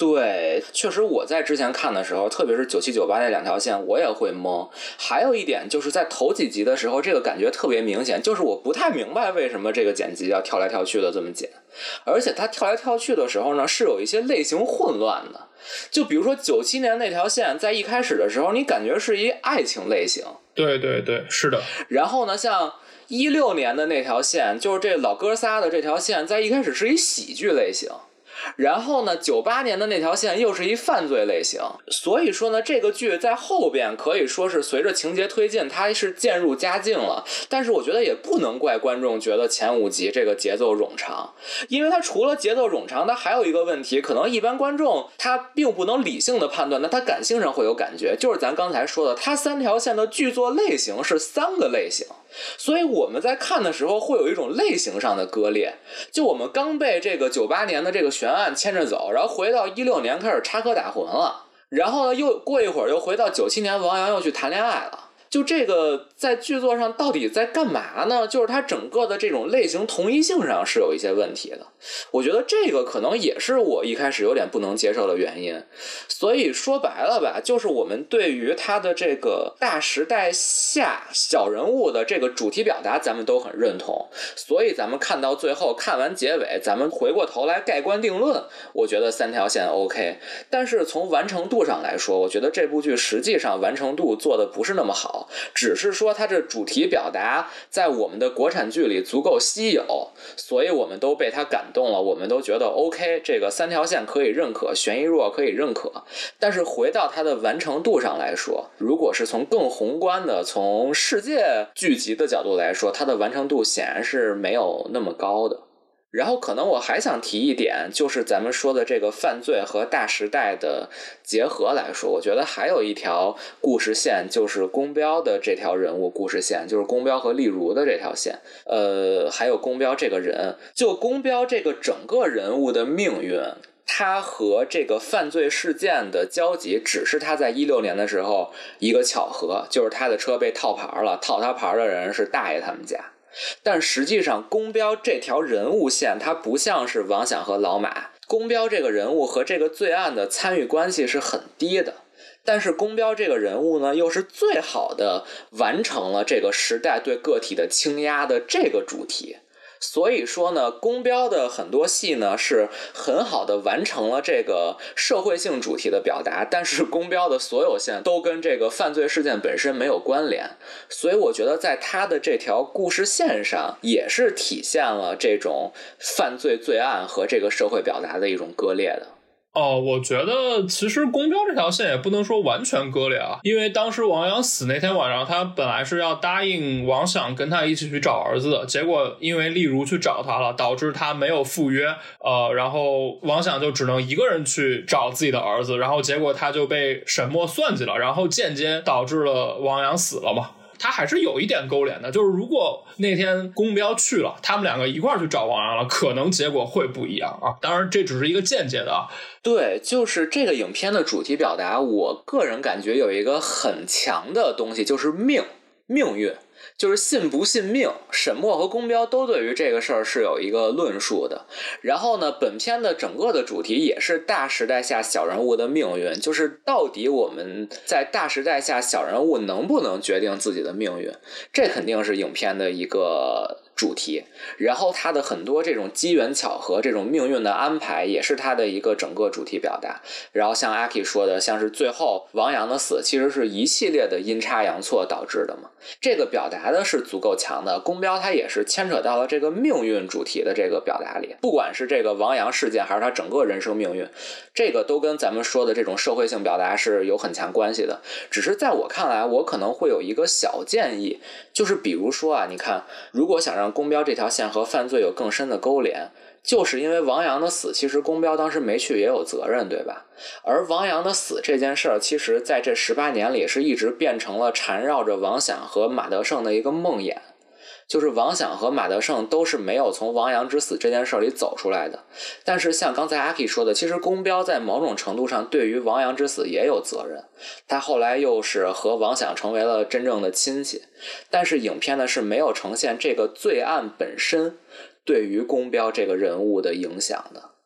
[SPEAKER 1] 对，确实我在之前看的时候，特别是97、98那两条线，我也会懵。还有一点就是在头几集的时候，这个感觉特别明显，就是我不太明白为什么这个剪辑要跳来跳去的这么剪，而且它跳来跳去的时候呢，是有一些类型混乱的。就比如说97年那条线，在一开始的时候，你感觉是一爱情类型，
[SPEAKER 2] 对对对，是的。
[SPEAKER 1] 然后呢，像16年的那条线，就是这老哥仨的这条线，在一开始是一喜剧类型。然后呢，98年的那条线又是一犯罪类型，所以说呢，这个剧在后边可以说是随着情节推进，它是渐入佳境了。但是我觉得也不能怪观众觉得前5集这个节奏冗长，因为它除了节奏冗长，它还有一个问题，可能一般观众他并不能理性的判断，那他感性上会有感觉，就是咱刚才说的，它3条线的剧作类型是3个类型。所以我们在看的时候会有一种类型上的割裂，就我们刚被这个98年的这个悬案牵着走，然后回到16年开始插科打诨了，然后呢又过一会儿又回到97年王阳又去谈恋爱了。就这个在剧作上到底在干嘛呢？就是它整个的这种类型统一性上是有一些问题的，我觉得这个可能也是我一开始有点不能接受的原因。所以说白了吧，就是我们对于它的这个大时代下小人物的这个主题表达咱们都很认同，所以咱们看到最后看完结尾，咱们回过头来盖棺定论，我觉得3条线 OK。 但是从完成度上来说，我觉得这部剧实际上完成度做的不是那么好，只是说它这主题表达在我们的国产剧里足够稀有，所以我们都被它感动了，我们都觉得 OK， 这个3条线可以认可，悬疑弱可以认可。但是回到它的完成度上来说，如果是从更宏观的从世界剧集的角度来说，它的完成度显然是没有那么高的。然后可能我还想提一点，就是咱们说的这个犯罪和大时代的结合来说，我觉得还有一条故事线，就是宫彪的这条人物故事线，就是宫彪和丽如的这条线。还有宫彪这个人，就宫彪这个整个人物的命运，他和这个犯罪事件的交集只是他在16年的时候一个巧合，就是他的车被套牌了，套他牌的人是大爷他们家。但实际上宫彪这条人物线，它不像是王响和老马，宫彪这个人物和这个罪案的参与关系是很低的，但是宫彪这个人物呢，又是最好的完成了这个时代对个体的倾压的这个主题。所以说呢，宫彪的很多戏呢是很好的完成了这个社会性主题的表达，但是宫彪的所有线都跟这个犯罪事件本身没有关联，所以我觉得在他的这条故事线上也是体现了这种犯罪罪案和这个社会表达的一种割裂的。
[SPEAKER 2] 我觉得其实宫彪这条线也不能说完全割裂啊，因为当时王阳死那天晚上，他本来是要答应王响跟他一起去找儿子的，结果因为丽如去找他了，导致他没有赴约，然后王响就只能一个人去找自己的儿子，然后结果他就被沈墨算计了，然后间接导致了王阳死了嘛。他还是有一点勾连的，就是如果那天宫彪去了，他们两个一块儿去找王阳了，可能结果会不一样啊。当然这只是一个间接的啊。
[SPEAKER 1] 对，就是这个影片的主题表达，我个人感觉有一个很强的东西，就是命运，就是信不信命。沈墨和宫彪都对于这个事儿是有一个论述的。然后呢，本片的整个的主题也是大时代下小人物的命运，就是到底我们在大时代下小人物能不能决定自己的命运，这肯定是影片的一个主题。然后它的很多这种机缘巧合，这种命运的安排也是它的一个整个主题表达。然后像阿 K 说的，像是最后王阳的死其实是一系列的阴差阳错导致的嘛，这个表达的是足够强的。宫彪他也是牵扯到了这个命运主题的这个表达里，不管是这个王阳事件还是他整个人生命运，这个都跟咱们说的这种社会性表达是有很强关系的。只是在我看来，我可能会有一个小建议，就是比如说啊，你看如果想让宫彪这条线和犯罪有更深的勾连，就是因为王阳的死其实宫彪当时没去也有责任，对吧？而王阳的死这件事儿，其实在这18年里是一直变成了缠绕着王响和马德胜的一个梦魇，就是王响和马德胜都是没有从王阳之死这件事里走出来的。但是像刚才阿 K 说的，其实宫彪在某种程度上对于王阳之死也有责任，他后来又是和王响成为了真正的亲戚，但是影片呢是没有呈现这个罪案本身对于宫彪这个人物的影响的。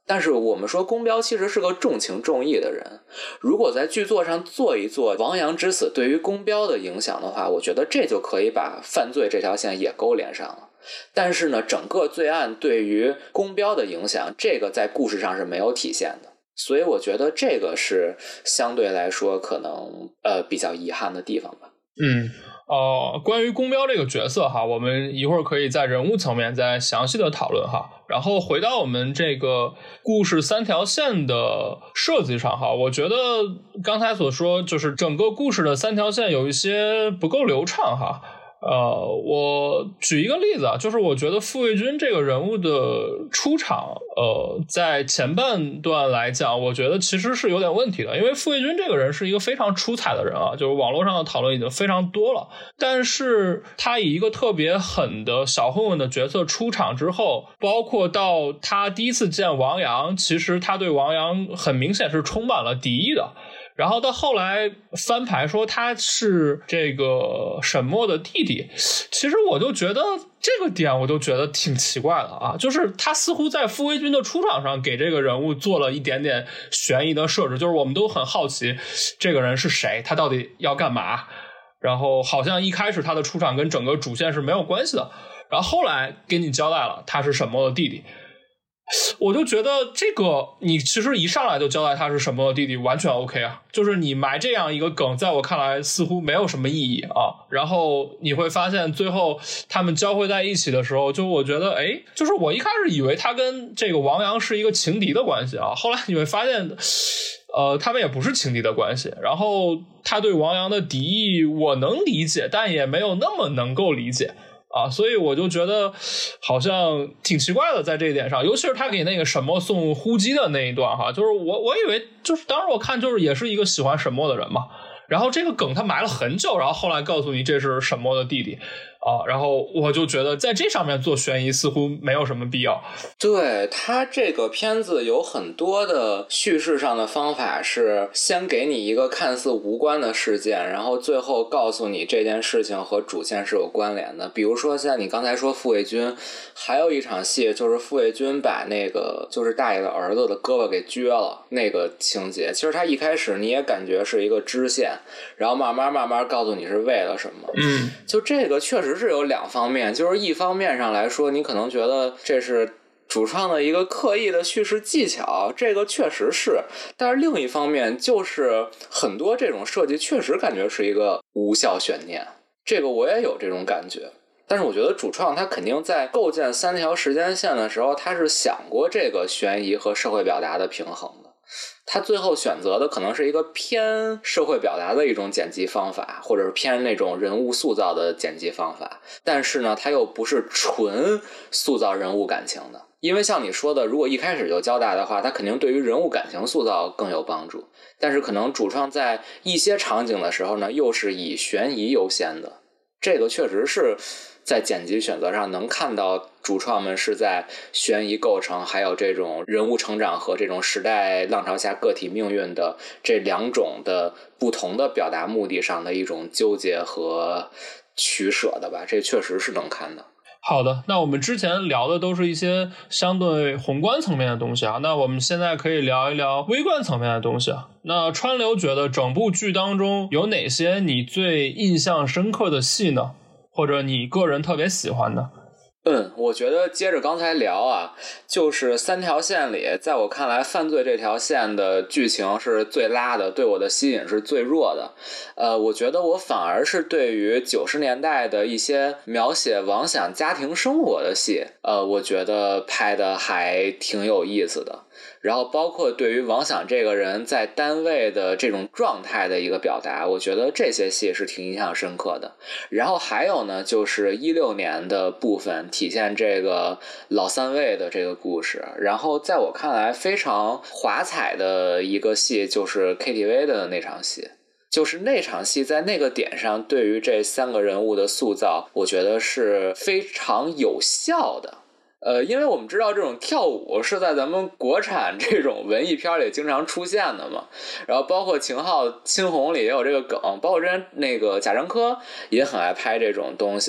[SPEAKER 1] 但是我们说宫彪其实是个重情重义的人，如果在剧作上做一做王阳之死对于宫彪的影响的话，我觉得这就可以把犯罪这条线也勾连上了。但是呢，整个罪案对于宫彪的影响，这个在故事上是没有体现的，所以我觉得这个是相对来说可能比较遗憾的地方吧。
[SPEAKER 2] 关于宫彪这个角色哈，我们一会儿可以在人物层面再详细的讨论哈。然后回到我们这个故事3条线的设计上哈，我觉得刚才所说就是整个故事的3条线有一些不够流畅哈。我举一个例子啊，就是我觉得傅卫军这个人物的出场，在前半段来讲，我觉得其实是有点问题的，因为傅卫军这个人是一个非常出彩的人啊，就是网络上的讨论已经非常多了，但是他以一个特别狠的小混混的角色出场之后，包括到他第一次见王阳，其实他对王阳很明显是充满了敌意的。然后到后来翻牌说他是这个沈墨的弟弟，其实我就觉得这个点我就觉得挺奇怪的啊，就是他似乎在傅卫军的出场上给这个人物做了一点点悬疑的设置，就是我们都很好奇这个人是谁，他到底要干嘛，然后好像一开始他的出场跟整个主线是没有关系的，然后后来给你交代了他是沈墨的弟弟，我就觉得这个你其实一上来就交代他是沈墨的弟弟完全 OK 啊，就是你埋这样一个梗在我看来似乎没有什么意义啊。然后你会发现最后他们交汇在一起的时候，就我觉得就是我一开始以为他跟这个王阳是一个情敌的关系啊，后来你会发现他们也不是情敌的关系，然后他对王阳的敌意我能理解，但也没有那么能够理解啊，所以我就觉得好像挺奇怪的在这一点上，尤其是他给那个沈墨送呼机的那一段哈，就是我以为就是当时我看就是也是一个喜欢沈墨的人嘛，然后这个梗他埋了很久，然后后来告诉你这是沈墨的弟弟啊，然后我就觉得在这上面做悬疑似乎没有什么必要。
[SPEAKER 1] 对，他这个片子有很多的叙事上的方法是先给你一个看似无关的事件，然后最后告诉你这件事情和主线是有关联的。比如说像你刚才说傅卫军，还有一场戏就是傅卫军把那个就是大爷的儿子的胳膊给撅了那个情节，其实他一开始你也感觉是一个支线，然后慢慢告诉你是为了什么。就这个确实是有两方面，就是一方面上来说你可能觉得这是主创的一个刻意的叙事技巧，这个确实是，但是另一方面就是很多这种设计确实感觉是一个无效悬念，这个我也有这种感觉。但是我觉得主创他肯定在构建3条时间线的时候，他是想过这个悬疑和社会表达的平衡的，他最后选择的可能是一个偏社会表达的一种剪辑方法，或者是偏那种人物塑造的剪辑方法，但是呢他又不是纯塑造人物感情的，因为像你说的如果一开始就交代的话，他肯定对于人物感情塑造更有帮助，但是可能主创在一些场景的时候呢又是以悬疑优先的，这个确实是在剪辑选择上能看到主创们是在悬疑构成还有这种人物成长和这种时代浪潮下个体命运的这两种的不同的表达目的上的一种纠结和取舍的吧，这确实是能看的。
[SPEAKER 2] 好的，那我们之前聊的都是一些相对宏观层面的东西啊，那我们现在可以聊一聊微观层面的东西啊。那川流觉得整部剧当中有哪些你最印象深刻的戏呢？或者你个人特别喜欢的？
[SPEAKER 1] 我觉得接着刚才聊啊，就是3条线里，在我看来犯罪这条线的剧情是最拉的，对我的吸引是最弱的。我觉得我反而是对于90年代的一些描写王想家庭生活的戏，我觉得拍的还挺有意思的。然后包括对于王想这个人在单位的这种状态的一个表达，我觉得这些戏是挺印象深刻的。然后还有呢，就是16年的部分体现这个老三位的这个故事，然后在我看来非常华彩的一个戏就是 KTV 的那场戏，就是那场戏在那个点上对于这3个人物的塑造我觉得是非常有效的。因为我们知道这种跳舞是在咱们国产这种文艺片里经常出现的嘛，然后包括秦昊青红里也有这个梗，包括之前那个贾樟柯也很爱拍这种东西嘛。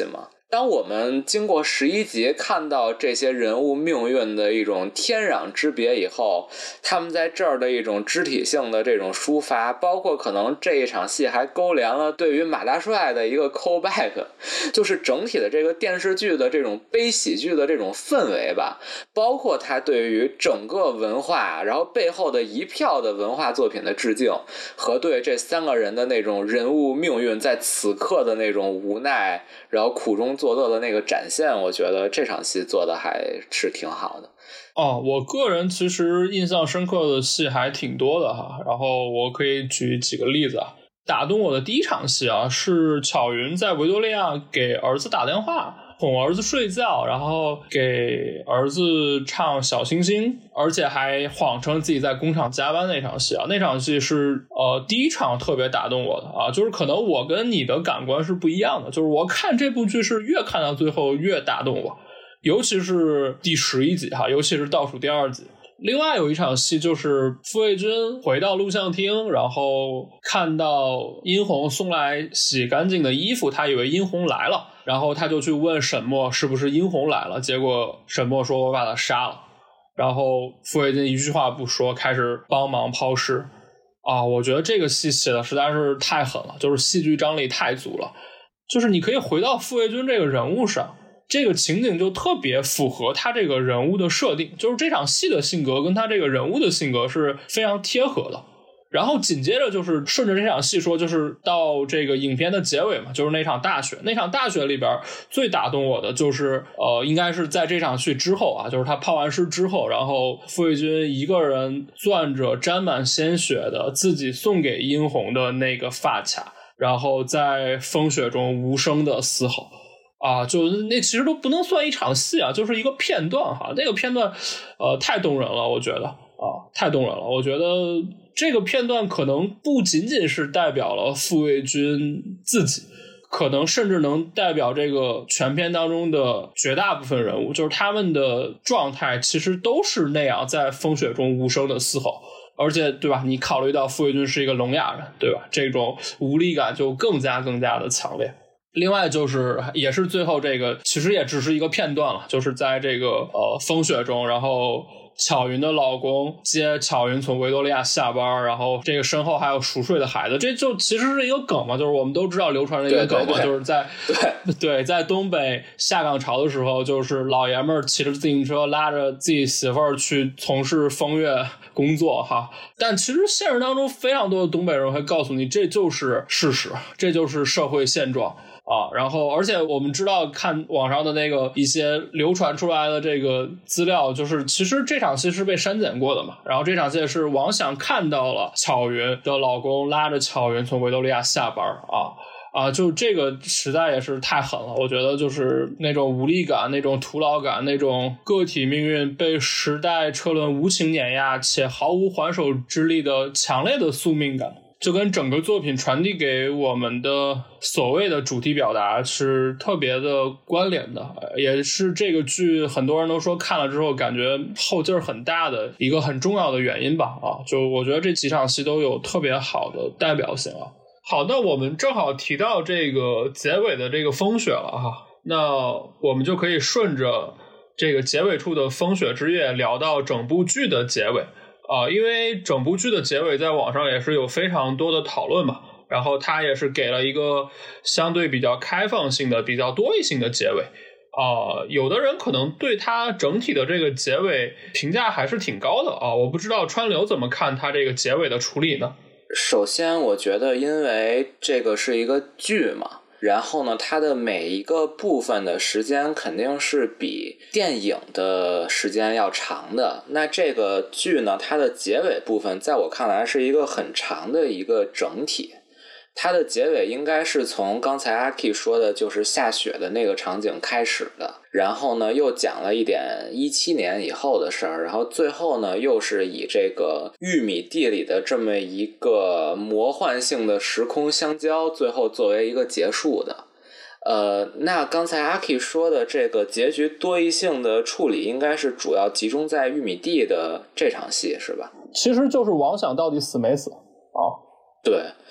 [SPEAKER 1] 当我们经过11集看到这些人物命运的一种天壤之别以后，他们在这儿的一种肢体性的这种抒发，包括可能这一场戏还勾连了对于马大帅的一个 callback， 就是整体的这个电视剧的这种悲喜剧的这种氛围吧，包括他对于整个文化，然后背后的一票的文化作品的致敬，和对这3个人的那种人物命运在此刻的那种无奈，然后苦中作乐的那个展现，我觉得这场戏做的还是挺好的。
[SPEAKER 2] 我个人其实印象深刻的戏还挺多的哈，然后我可以举几个例子啊。打动我的第一场戏啊，是巧云在维多利亚给儿子打电话，哄儿子睡觉，然后给儿子唱小星星，而且还谎称自己在工厂加班那场戏啊，那场戏是第一场特别打动我的啊，就是可能我跟你的感官是不一样的，就是我看这部剧是越看到最后越打动我，尤其是第11集哈，尤其是倒数第2集。另外有一场戏就是傅卫军回到录像厅，然后看到殷红送来洗干净的衣服，他以为殷红来了，然后他就去问沈墨是不是殷红来了，结果沈墨说我把他杀了，然后傅卫军一句话不说开始帮忙抛尸啊，我觉得这个戏写的实在是太狠了，就是戏剧张力太足了，就是你可以回到傅卫军这个人物上，这个情景就特别符合他这个人物的设定，就是这场戏的性格跟他这个人物的性格是非常贴合的。然后紧接着就是顺着这场戏说，就是到这个影片的结尾嘛，就是那场大雪里边最打动我的就是应该是在这场戏之后啊，就是他抛完尸之后，然后傅卫军一个人攥着沾满鲜血的自己送给殷红的那个发卡，然后在风雪中无声的嘶吼啊，就那其实都不能算一场戏啊，就是一个片段哈，那个片段太动人了，我觉得太动人了，我觉得这个片段可能不仅仅是代表了傅卫军自己，可能甚至能代表这个全片当中的绝大部分人物，就是他们的状态其实都是那样在风雪中无声的嘶吼，而且对吧，你考虑到傅卫军是一个聋哑人，对吧，这种无力感就更加的强烈。另外就是也是最后这个其实也只是一个片段了，就是在这个风雪中，然后巧云的老公接巧云从维多利亚下班，然后这个身后还有熟睡的孩子，这就其实是一个梗嘛，就是我们都知道流传的一个梗嘛，就是在东北下岗潮的时候，就是老爷们骑着自行车拉着自己媳妇儿去从事风月工作哈。但其实现实当中非常多的东北人会告诉你，这就是事实，这就是社会现状啊，然后而且我们知道看网上的那个一些流传出来的这个资料，就是其实这场戏是被删减过的嘛，然后这场戏是王响看到了巧云的老公拉着巧云从维多利亚下班就这个实在也是太狠了，我觉得就是那种无力感，那种徒劳感，那种个体命运被时代车轮无情碾压且毫无还手之力的强烈的宿命感，就跟整个作品传递给我们的所谓的主题表达是特别的关联的，也是这个剧很多人都说看了之后感觉后劲儿很大的一个很重要的原因吧就我觉得这几场戏都有特别好的代表性好，那我们正好提到这个结尾的这个风雪了那我们就可以顺着这个结尾处的风雪之夜聊到整部剧的结尾因为整部剧的结尾在网上也是有非常多的讨论嘛，然后它也是给了一个相对比较开放性的比较多义性的结尾有的人可能对它整体的这个结尾评价还是挺高的我不知道川流怎么看它这个结尾的处理呢？
[SPEAKER 1] 首先我觉得因为这个是一个剧嘛，然后呢它的每一个部分的时间肯定是比电影的时间要长的，那这个剧呢它的结尾部分在我看来是一个很长的一个整体，它的结尾应该是从刚才阿 K 说的就是下雪的那个场景开始的，然后呢又讲了一点17年以后的事儿，然后最后呢又是以这个玉米地里的这么一个魔幻性的时空相交，最后作为一个结束的。那刚才阿 K 说的这个结局多义性的处理应该是主要集中在玉米地的这场戏是吧？
[SPEAKER 2] 其实就是王响到底死没死对，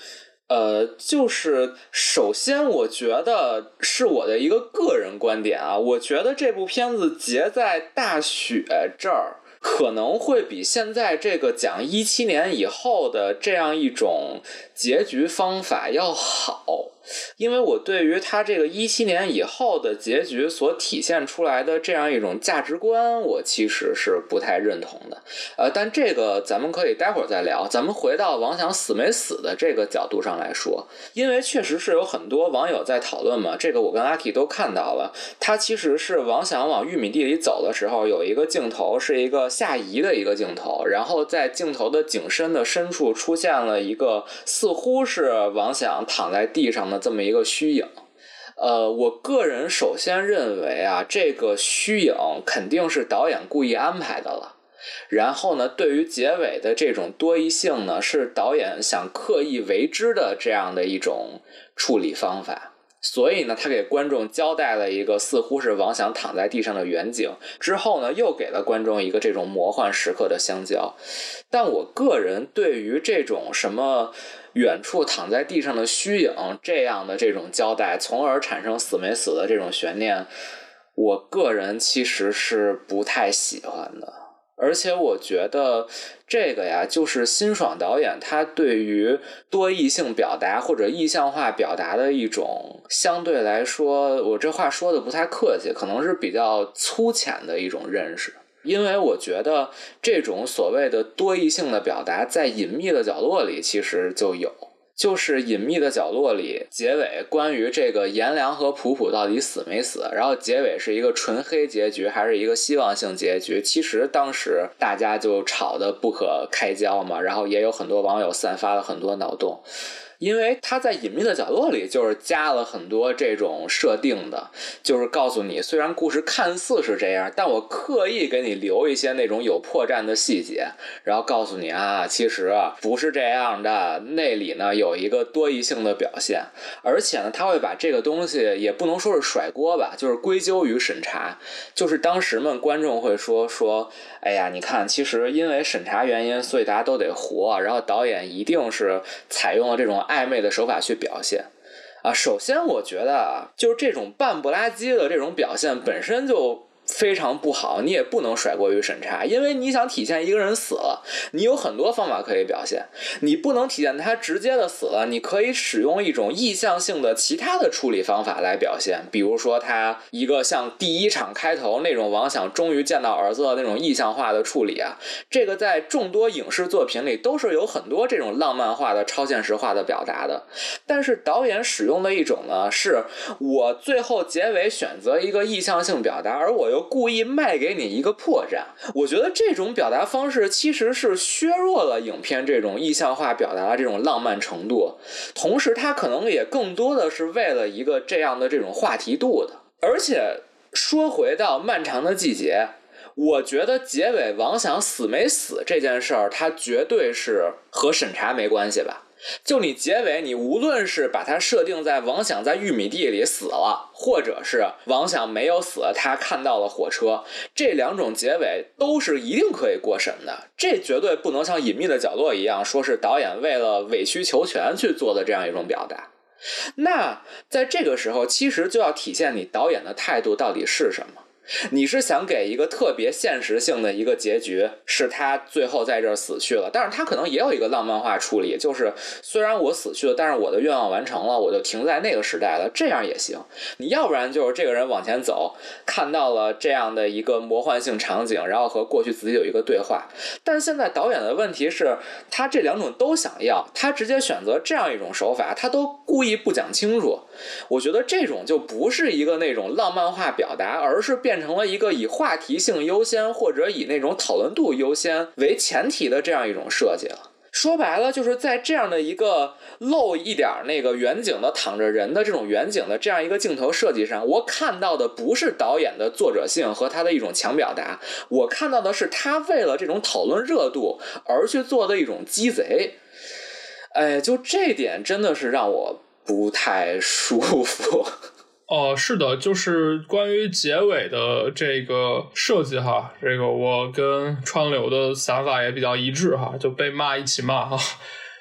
[SPEAKER 1] 就是首先我觉得是我的一个个人观点啊，我觉得这部片子结在大雪这儿可能会比现在这个讲17年以后的这样一种结局方法要好，因为我对于他这个17年以后的结局所体现出来的这样一种价值观，我其实是不太认同的。但这个咱们可以待会儿再聊。咱们回到王想死没死的这个角度上来说，因为确实是有很多网友在讨论嘛，这个我跟阿 K 都看到了。他其实是王想往玉米地里走的时候，有一个镜头是一个下移的一个镜头，然后在镜头的景深的深处出现了一个似乎是王想躺在地上的这么一个虚影。我个人首先认为啊，这个虚影肯定是导演故意安排的了。然后呢，对于结尾的这种多义性呢，是导演想刻意为之的这样的一种处理方法。所以呢，他给观众交代了一个似乎是王想躺在地上的远景，之后呢，又给了观众一个这种魔幻时刻的相交。但我个人对于这种什么远处躺在地上的虚影这样的这种交代，从而产生死没死的这种悬念，我个人其实是不太喜欢的。而且我觉得这个呀，就是辛爽导演他对于多义性表达或者意象化表达的一种相对来说，我这话说的不太客气，可能是比较粗浅的一种认识。因为我觉得这种所谓的多义性的表达在隐秘的角落里其实就有，就是隐秘的角落里结尾关于这个颜良和普普到底死没死，然后结尾是一个纯黑结局还是一个希望性结局，其实当时大家就吵得不可开交嘛，然后也有很多网友散发了很多脑洞。因为他在隐秘的角落里就是加了很多这种设定的，就是告诉你虽然故事看似是这样，但我刻意给你留一些那种有破绽的细节，然后告诉你啊，其实不是这样的，那里呢有一个多义性的表现。而且呢，他会把这个东西也不能说是甩锅吧，就是归咎于审查。就是当时观众会说哎呀，你看其实因为审查原因所以大家都得活，然后导演一定是采用了这种暧昧的手法去表现啊。首先我觉得就是这种半不拉几的这种表现本身就非常不好，你也不能甩锅于审查，因为你想体现一个人死了，你有很多方法可以表现，你不能体现他直接的死了，你可以使用一种意象性的其他的处理方法来表现，比如说他一个像第一场开头那种王想终于见到儿子的那种意象化的处理啊，这个在众多影视作品里都是有很多这种浪漫化的超现实化的表达的。但是导演使用的一种呢，是我最后结尾选择一个意象性表达，而我又故意卖给你一个破绽。我觉得这种表达方式其实是削弱了影片这种意象化表达的这种浪漫程度，同时它可能也更多的是为了一个这样的这种话题度的。而且说回到漫长的季节，我觉得结尾王想死没死这件事儿，它绝对是和审查没关系吧。就你结尾，你无论是把它设定在王想在玉米地里死了，或者是王想没有死，他看到了火车，这两种结尾都是一定可以过审的。这绝对不能像隐秘的角落一样，说是导演为了委曲求全去做的这样一种表达。那在这个时候，其实就要体现你导演的态度到底是什么。你是想给一个特别现实性的一个结局，是他最后在这儿死去了，但是他可能也有一个浪漫化处理，就是虽然我死去了，但是我的愿望完成了，我就停在那个时代了，这样也行。你要不然就是这个人往前走，看到了这样的一个魔幻性场景，然后和过去自己有一个对话。但现在导演的问题是，他这两种都想要，他直接选择这样一种手法，他都故意不讲清楚。我觉得这种就不是一个那种浪漫化表达，而是变成了一个以话题性优先或者以那种讨论度优先为前提的这样一种设计了。说白了，就是在这样的一个露一点那个远景的躺着人的这种远景的这样一个镜头设计上，我看到的不是导演的作者性和他的一种强表达，我看到的是他为了这种讨论热度而去做的一种鸡贼。就这点真的是让我不太舒服。
[SPEAKER 2] 是的，就是关于结尾的这个设计哈，这个我跟川流的想法也比较一致哈，就被骂一起骂哈。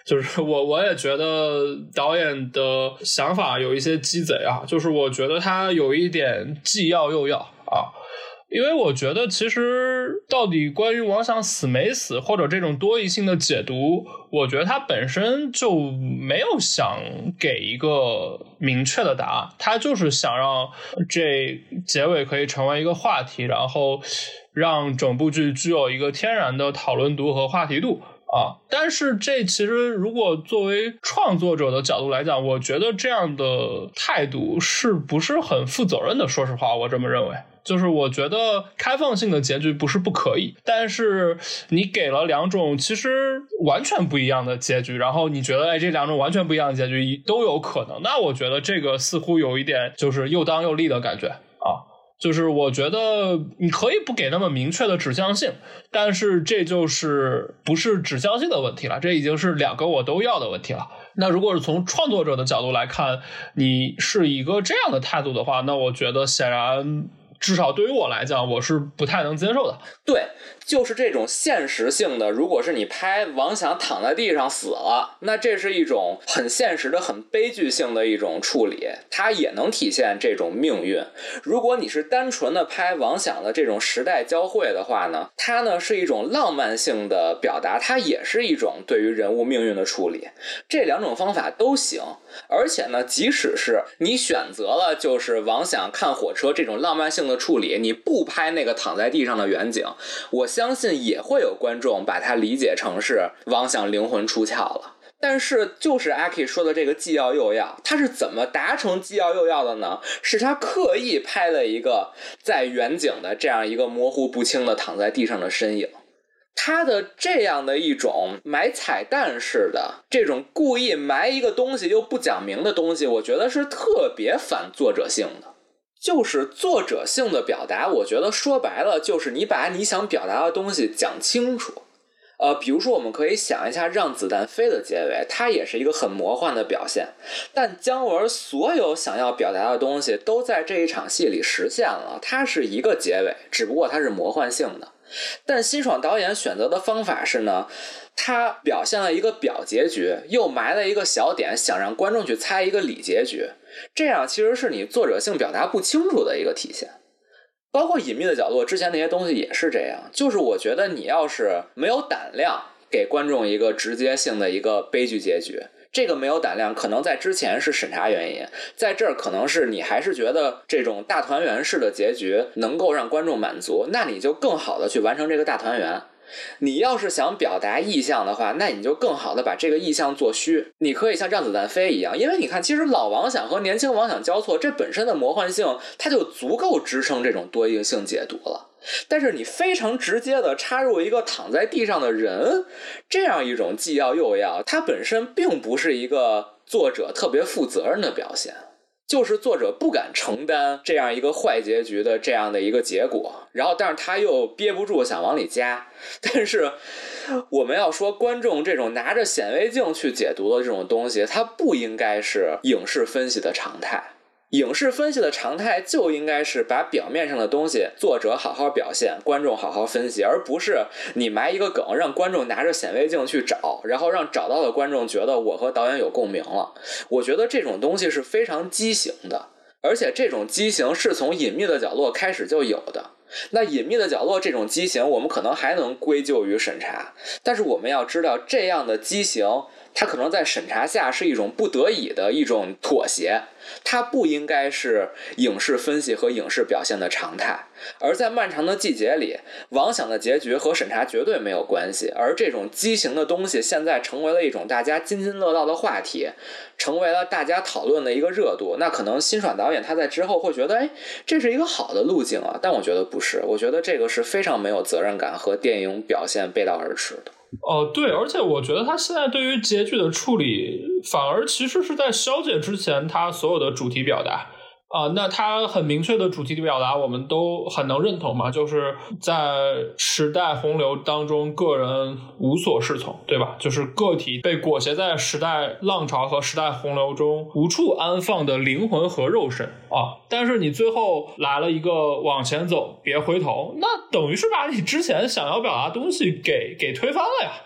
[SPEAKER 2] 就是我也觉得导演的想法有一些鸡贼啊，就是我觉得他有一点既要又要啊。因为我觉得其实到底关于王想死没死或者这种多义性的解读，我觉得他本身就没有想给一个明确的答案，他就是想让这结尾可以成为一个话题，然后让整部剧具有一个天然的讨论度和话题度啊。但是这其实如果作为创作者的角度来讲，我觉得这样的态度是不是很负责任的，说实话我这么认为。就是我觉得开放性的结局不是不可以，但是你给了两种其实完全不一样的结局，然后你觉得这两种完全不一样的结局都有可能，那我觉得这个似乎有一点就是又当又立的感觉啊。就是我觉得你可以不给那么明确的指向性，但是这就是不是指向性的问题了，这已经是两个我都要的问题了。那如果是从创作者的角度来看，你是一个这样的态度的话，那我觉得显然至少对于我来讲，我是不太能接受的。
[SPEAKER 1] 对，就是这种现实性的，如果是你拍王想躺在地上死了，那这是一种很现实的很悲剧性的一种处理，它也能体现这种命运。如果你是单纯的拍王想的这种时代交汇的话呢，它呢是一种浪漫性的表达，它也是一种对于人物命运的处理，这两种方法都行。而且呢，即使是你选择了就是王想看火车这种浪漫性的处理，你不拍那个躺在地上的远景，我相信也会有观众把它理解成是王想灵魂出窍了。但是就是阿 K 说的这个既要又要，他是怎么达成既要又要的呢？是他刻意拍了一个在远景的这样一个模糊不清的躺在地上的身影。他的这样的一种埋彩蛋式的这种故意埋一个东西又不讲明的东西，我觉得是特别反作者性的。就是作者性的表达，我觉得说白了就是你把你想表达的东西讲清楚。比如说我们可以想一下让子弹飞的结尾，它也是一个很魔幻的表现，但姜文所有想要表达的东西都在这一场戏里实现了，它是一个结尾，只不过它是魔幻性的。但辛爽导演选择的方法是呢，他表现了一个表结局，又埋了一个小点，想让观众去猜一个里结局，这样其实是你作者性表达不清楚的一个体现。包括隐秘的角落之前那些东西也是这样，就是我觉得你要是没有胆量给观众一个直接性的一个悲剧结局，这个没有胆量可能在之前是审查原因，在这儿可能是你还是觉得这种大团圆式的结局能够让观众满足，那你就更好的去完成这个大团圆。你要是想表达意象的话，那你就更好的把这个意象做虚。你可以像让子弹飞一样，因为你看其实老王想和年轻王想交错，这本身的魔幻性它就足够支撑这种多义性解读了。但是你非常直接的插入一个躺在地上的人，这样一种既要又要，它本身并不是一个作者特别负责任的表现，就是作者不敢承担这样一个坏结局的这样的一个结果，然后但是他又憋不住想往里加。但是我们要说观众这种拿着显微镜去解读的这种东西，它不应该是影视分析的常态。影视分析的常态就应该是把表面上的东西作者好好表现，观众好好分析，而不是你埋一个梗让观众拿着显微镜去找，然后让找到的观众觉得我和导演有共鸣了。我觉得这种东西是非常畸形的，而且这种畸形是从隐秘的角落开始就有的。那隐秘的角落这种畸形我们可能还能归咎于审查，但是我们要知道这样的畸形它可能在审查下是一种不得已的一种妥协，它不应该是影视分析和影视表现的常态。而在漫长的季节里，王想的结局和审查绝对没有关系，而这种畸形的东西现在成为了一种大家津津乐道的话题，成为了大家讨论的一个热度。那可能辛爽导演他在之后会觉得这是一个好的路径啊，但我觉得不是，我觉得这个是非常没有责任感和电影表现背道而驰的。
[SPEAKER 2] 对，而且我觉得他现在对于结局的处理反而其实是在消解之前他所有的主题表达那他很明确的主题的表达我们都很能认同嘛，就是在时代洪流当中个人无所适从，对吧？就是个体被裹挟在时代浪潮和时代洪流中无处安放的灵魂和肉身但是你最后来了一个往前走别回头，那等于是把你之前想要表达的东西给推翻了呀。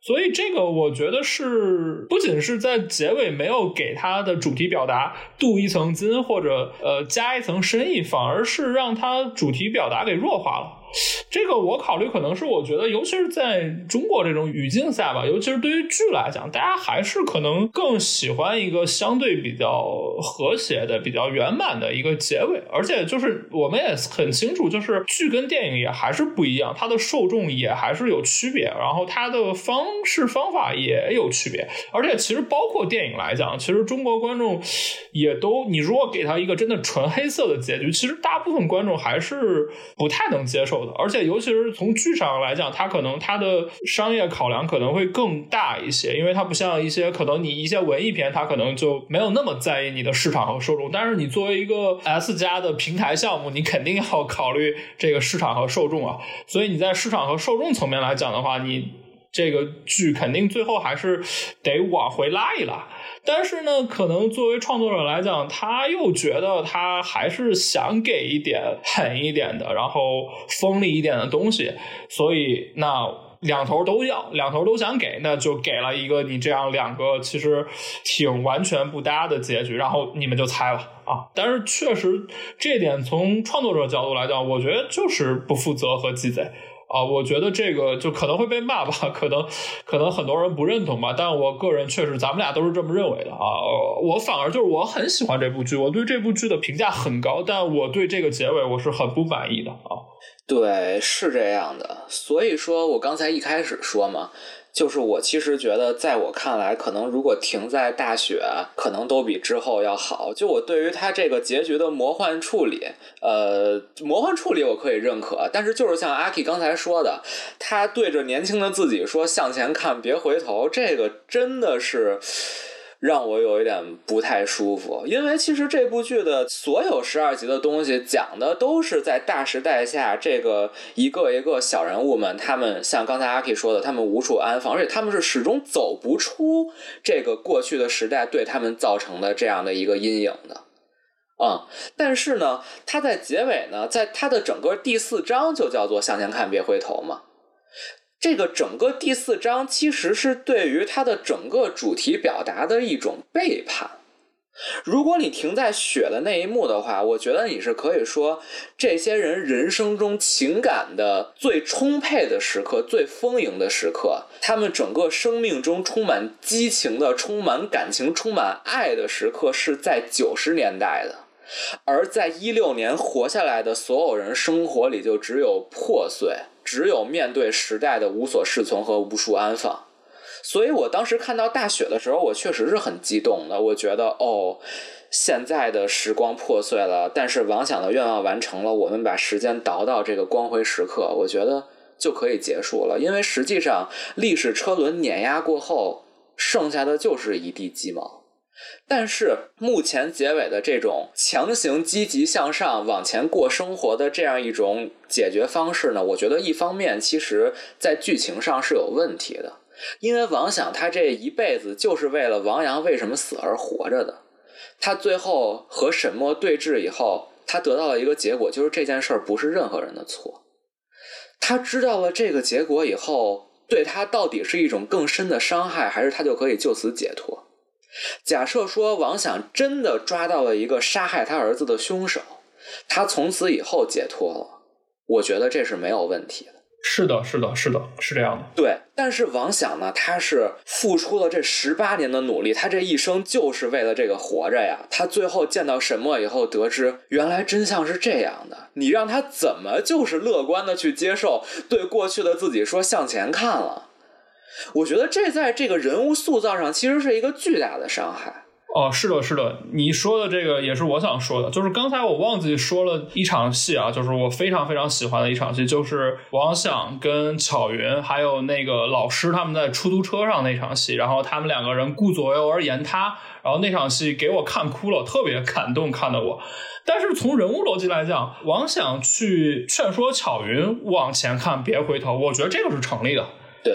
[SPEAKER 2] 所以这个我觉得是不仅是在结尾没有给他的主题表达镀一层金或者加一层深意，反而是让他主题表达给弱化了。这个我考虑可能是我觉得尤其是在中国这种语境下吧，尤其是对于剧来讲，大家还是可能更喜欢一个相对比较和谐的比较圆满的一个结尾。而且就是我们也很清楚，就是剧跟电影也还是不一样，它的受众也还是有区别，然后它的方式方法也有区别。而且其实包括电影来讲，其实中国观众也都，你如果给他一个真的纯黑色的结局，其实大部分观众还是不太能接受的。而且尤其是从剧上来讲，它可能它的商业考量可能会更大一些，因为它不像一些可能你一些文艺片，它可能就没有那么在意你的市场和受众，但是你作为一个 S 加的平台项目，你肯定要考虑这个市场和受众啊。所以你在市场和受众层面来讲的话，你这个剧肯定最后还是得往回拉一拉。但是呢，可能作为创作者来讲，他又觉得他还是想给一点狠一点的，然后锋利一点的东西，所以那两头都要，两头都想给，那就给了一个你这样两个其实挺完全不搭的结局，然后你们就猜了啊。但是确实这点从创作者角度来讲，我觉得就是不负责和鸡贼啊，我觉得这个就可能会被骂吧，可能很多人不认同吧，但我个人确实咱们俩都是这么认为的啊。我反而就是我很喜欢这部剧，我对这部剧的评价很高，但我对这个结尾我是很不满意的啊。
[SPEAKER 1] 对，是这样的。所以说我刚才一开始说嘛，就是我其实觉得在我看来，可能如果停在大雪，可能都比之后要好。就我对于他这个结局的魔幻处理，魔幻处理我可以认可，但是就是像阿 K 刚才说的，他对着年轻的自己说向前看别回头，这个真的是让我有一点不太舒服。因为其实这部剧的所有12集的东西讲的都是在大时代下这个一个一个小人物们，他们像刚才阿 K 说的，他们无处安放，而且他们是始终走不出这个过去的时代对他们造成的这样的一个阴影的。但是呢，他在结尾呢，在他的整个第4章就叫做向前看别回头嘛。这个整个第4章其实是对于他的整个主题表达的一种背叛。如果你停在雪的那一幕的话，我觉得你是可以说这些人人生中情感的最充沛的时刻，最丰盈的时刻，他们整个生命中充满激情的、充满感情、充满爱的时刻是在90年代的。而在16年活下来的所有人生活里就只有破碎，只有面对时代的无所适从和无处安放。所以我当时看到大雪的时候，我确实是很激动的。我觉得现在的时光破碎了，但是王想的愿望完成了，我们把时间倒到这个光辉时刻，我觉得就可以结束了。因为实际上历史车轮碾压过后，剩下的就是一地鸡毛。但是目前结尾的这种强行积极向上往前过生活的这样一种解决方式呢，我觉得一方面其实在剧情上是有问题的，因为王想他这一辈子就是为了王阳为什么死而活着的。他最后和沈墨对峙以后，他得到了一个结果，就是这件事不是任何人的错。他知道了这个结果以后，对他到底是一种更深的伤害，还是他就可以就此解脱？假设说王想真的抓到了一个杀害他儿子的凶手，他从此以后解脱了，我觉得这是没有问题的。
[SPEAKER 2] 是的，是这样的。
[SPEAKER 1] 对，但是王想呢，他是付出了这18年的努力，他这一生就是为了这个活着呀。他最后见到沈墨以后，得知原来真相是这样的，你让他怎么就是乐观的去接受，对过去的自己说向前看了？我觉得这在这个人物塑造上其实是一个巨大的伤害。
[SPEAKER 2] 是的，你说的这个也是我想说的，就是刚才我忘记说了一场戏啊，就是我非常非常喜欢的一场戏，就是王想跟巧云还有那个老师他们在出租车上那场戏，然后他们两个人顾左右而言他，然后那场戏给我看哭了，特别感动，看得我。但是从人物逻辑来讲，王想去劝说巧云往前看别回头，我觉得这个是成立的。
[SPEAKER 1] 对，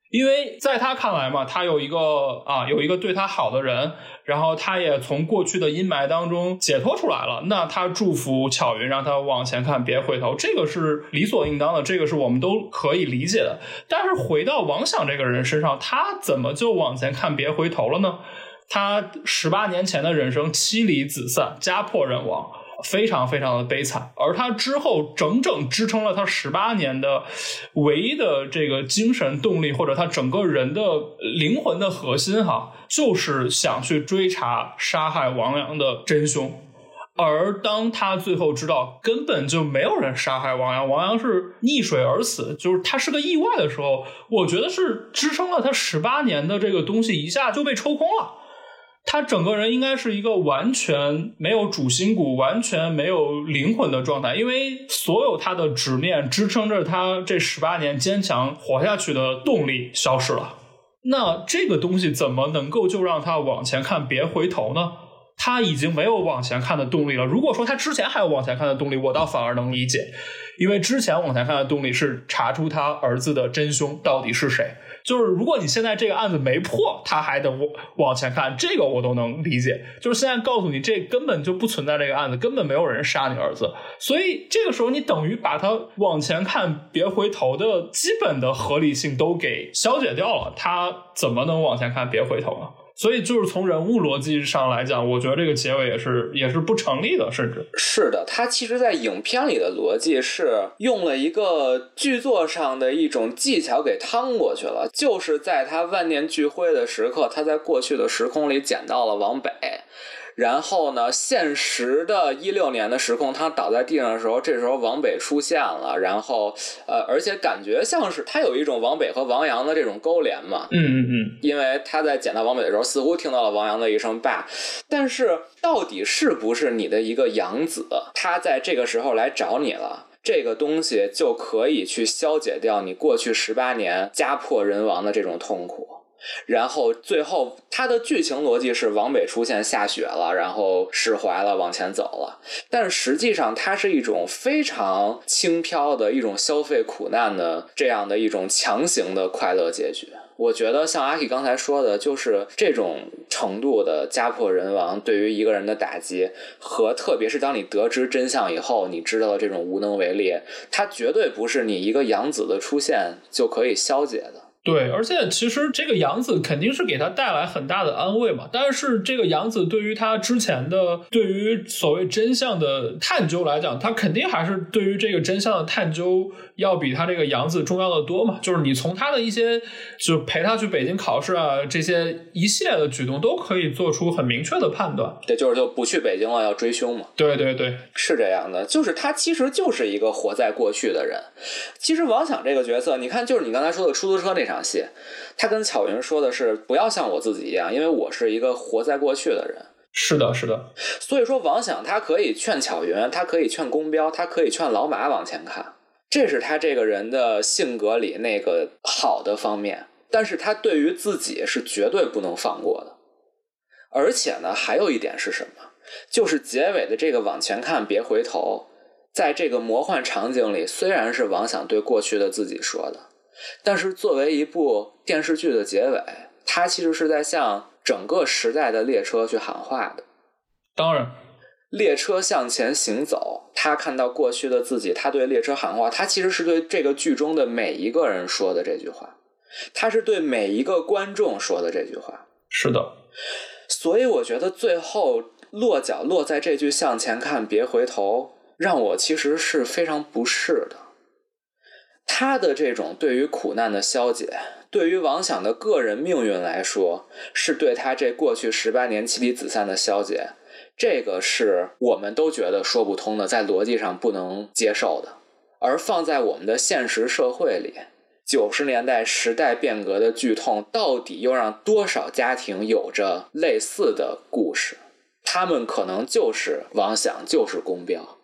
[SPEAKER 2] 因为在他看来嘛，他有一个对他好的人，然后他也从过去的阴霾当中解脱出来了，那他祝福巧云让他往前看别回头，这个是理所应当的，这个是我们都可以理解的。但是回到王想这个人身上，他怎么就往前看别回头了呢？他18年前的人生妻离子散，家破人亡，非常非常的悲惨，而他之后整整支撑了他18年的唯一的这个精神动力，或者他整个人的灵魂的核心就是想去追查杀害王阳的真凶。而当他最后知道根本就没有人杀害王阳，王阳是溺水而死，就是他是个意外的时候，我觉得是支撑了他18年的这个东西一下就被抽空了。他整个人应该是一个完全没有主心骨，完全没有灵魂的状态，因为所有他的执念支撑着他这18年坚强活下去的动力消失了。那这个东西怎么能够就让他往前看别回头呢？他已经没有往前看的动力了。如果说他之前还有往前看的动力，我倒反而能理解，因为之前往前看的动力是查出他儿子的真凶到底是谁。就是如果你现在这个案子没破，他还得往前看，这个我都能理解。就是现在告诉你这根本就不存在这个案子，根本没有人杀你儿子，所以这个时候你等于把他往前看别回头的基本的合理性都给消解掉了，他怎么能往前看别回头呢？所以就是从人物逻辑上来讲，我觉得这个结尾也是不成立的，甚至
[SPEAKER 1] 是的，他其实在影片里的逻辑是用了一个剧作上的一种技巧给趟过去了，就是在他万念俱灰的时刻，他在过去的时空里捡到了王北，然后呢，现实的16年的时空，他倒在地上的时候，这时候王北出现了，然后而且感觉像是他有一种王北和王阳的这种勾连嘛，因为他在捡到王北的时候，似乎听到了王阳的一声爸，但是到底是不是你的一个养子，他在这个时候来找你了，这个东西就可以去消解掉你过去18年家破人亡的这种痛苦。然后最后他的剧情逻辑是王北出现下雪了，然后释怀了往前走了，但是实际上它是一种非常轻飘的一种消费苦难的这样的一种强行的快乐结局。我觉得像阿 K 刚才说的，就是这种程度的家破人亡对于一个人的打击，和特别是当你得知真相以后你知道的这种无能为力，它绝对不是你一个养子的出现就可以消解的。
[SPEAKER 2] 对，而且其实这个养子肯定是给他带来很大的安慰嘛，但是这个养子对于他之前的对于所谓真相的探究来讲，他肯定还是对于这个真相的探究要比他这个养子重要的多嘛。就是你从他的一些就陪他去北京考试啊，这些一系列的举动都可以做出很明确的判断。
[SPEAKER 1] 对，就不去北京了，要追凶嘛。
[SPEAKER 2] 对对对，
[SPEAKER 1] 是这样的，就是他其实就是一个活在过去的人。其实王想这个角色，你看就是你刚才说的出租车那场戏，他跟巧云说的是不要像我自己一样，因为我是一个活在过去的人。
[SPEAKER 2] 是的是的，
[SPEAKER 1] 所以说王想他可以劝巧云，他可以劝宫彪，他可以劝老马往前看，这是他这个人的性格里那个好的方面，但是他对于自己是绝对不能放过的。而且呢，还有一点是什么，就是结尾的这个往前看别回头，在这个魔幻场景里，虽然是王想对过去的自己说的，但是作为一部电视剧的结尾，它其实是在向整个时代的列车去喊话的。
[SPEAKER 2] 当然，
[SPEAKER 1] 列车向前行走，他看到过去的自己，他对列车喊话，他其实是对这个剧中的每一个人说的这句话，他是对每一个观众说的这句话。
[SPEAKER 2] 是的，
[SPEAKER 1] 所以我觉得最后落脚落在这句向前看别回头，让我其实是非常不适的。他的这种对于苦难的消解，对于王想的个人命运来说，是对他这过去18年妻离子散的消解，这个是我们都觉得说不通的，在逻辑上不能接受的。而放在我们的现实社会里，90年代时代变革的剧痛到底又让多少家庭有着类似的故事？他们可能就是王想，就是宫彪。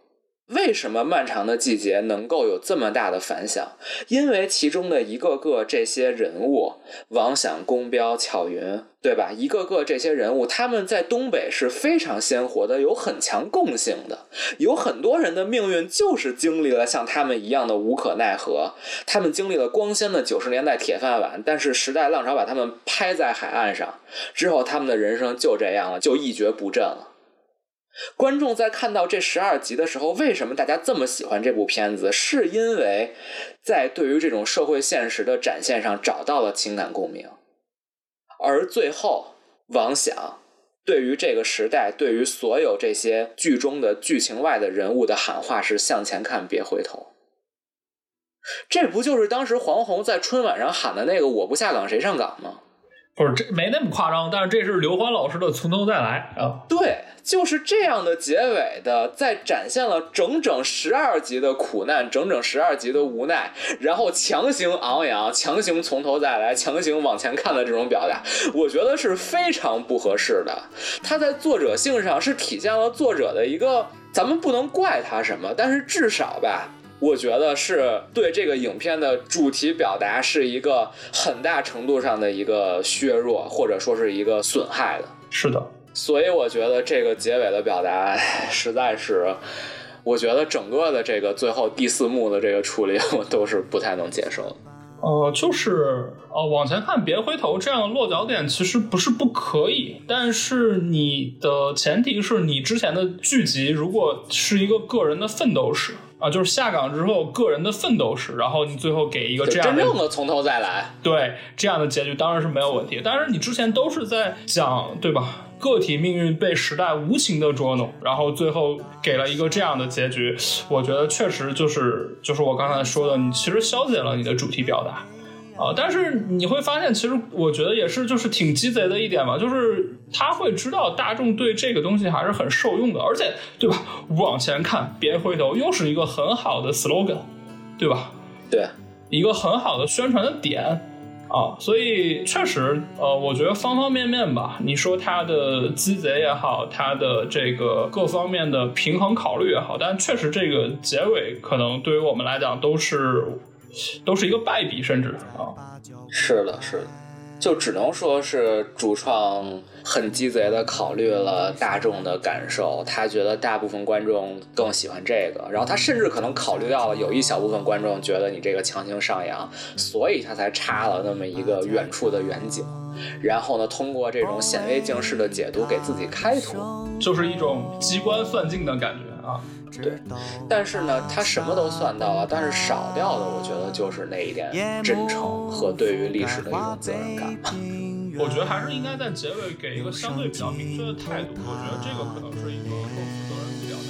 [SPEAKER 1] 为什么漫长的季节能够有这么大的反响？因为其中的一个个这些人物，王响、宫彪、巧云，对吧？一个个这些人物，他们在东北是非常鲜活的，有很强共性的。有很多人的命运就是经历了像他们一样的无可奈何，他们经历了光鲜的90年代铁饭碗，但是时代浪潮把他们拍在海岸上之后，他们的人生就这样了，就一蹶不振了。观众在看到这12集的时候，为什么大家这么喜欢这部片子？是因为在对于这种社会现实的展现上找到了情感共鸣，而最后王响对于这个时代，对于所有这些剧中的剧情外的人物的喊话是向前看别回头。这不就是当时黄宏在春晚上喊的那个我不下岗谁上岗吗？
[SPEAKER 2] 不是，这没那么夸张，但是这是刘欢老师的从头再来啊。
[SPEAKER 1] 对，就是这样的结尾的，在展现了整整12集的苦难，整整12集的无奈，然后强行昂扬，强行从头再来，强行往前看的这种表达，我觉得是非常不合适的。它在作者性上是体现了作者的一个，咱们不能怪他什么，但是至少吧，我觉得是对这个影片的主题表达是一个很大程度上的一个削弱，或者说是一个损害的。
[SPEAKER 2] 是的，
[SPEAKER 1] 所以我觉得这个结尾的表达实在是，我觉得整个的这个最后第4幕的这个处理我都是不太能接受的。
[SPEAKER 2] 就是往前看别回头这样的落脚点其实不是不可以，但是你的前提是你之前的剧集如果是一个个人的奋斗史啊，就是下岗之后个人的奋斗史，然后你最后给一个这样的
[SPEAKER 1] 真正的从头再来，
[SPEAKER 2] 对，这样的结局当然是没有问题。但是你之前都是在讲，对吧？个体命运被时代无情的捉弄，然后最后给了一个这样的结局，我觉得确实就是我刚才说的，你其实消解了你的主题表达。但是你会发现，其实我觉得也是就是挺鸡贼的一点吧，就是他会知道大众对这个东西还是很受用的，而且对吧，往前看别回头又是一个很好的 slogan， 对吧？
[SPEAKER 1] 对，
[SPEAKER 2] 一个很好的宣传的点所以确实我觉得方方面面吧，你说他的鸡贼也好，他的这个各方面的平衡考虑也好，但确实这个结尾可能对于我们来讲都是一个败笔，甚至
[SPEAKER 1] 是的，就只能说是主创很鸡贼的考虑了大众的感受，他觉得大部分观众更喜欢这个，然后他甚至可能考虑到了有一小部分观众觉得你这个强行上扬，所以他才插了那么一个远处的远景，然后呢通过这种显微镜式的解读给自己开脱，
[SPEAKER 2] 就是一种机关算尽的感觉
[SPEAKER 1] 对，但是呢他什么都算到了，但是少掉的我觉得就是那一点真诚和对于历史的一种责任感吧。
[SPEAKER 2] 我觉得还是应该在结尾给一个相对比较明确的态度，我觉得这个可能是一个更负责任的表达。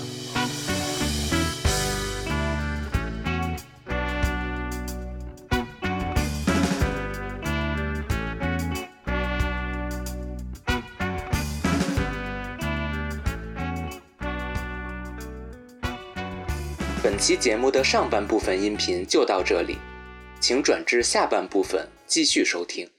[SPEAKER 3] 本期节目的上半部分音频就到这里，请转至下半部分继续收听。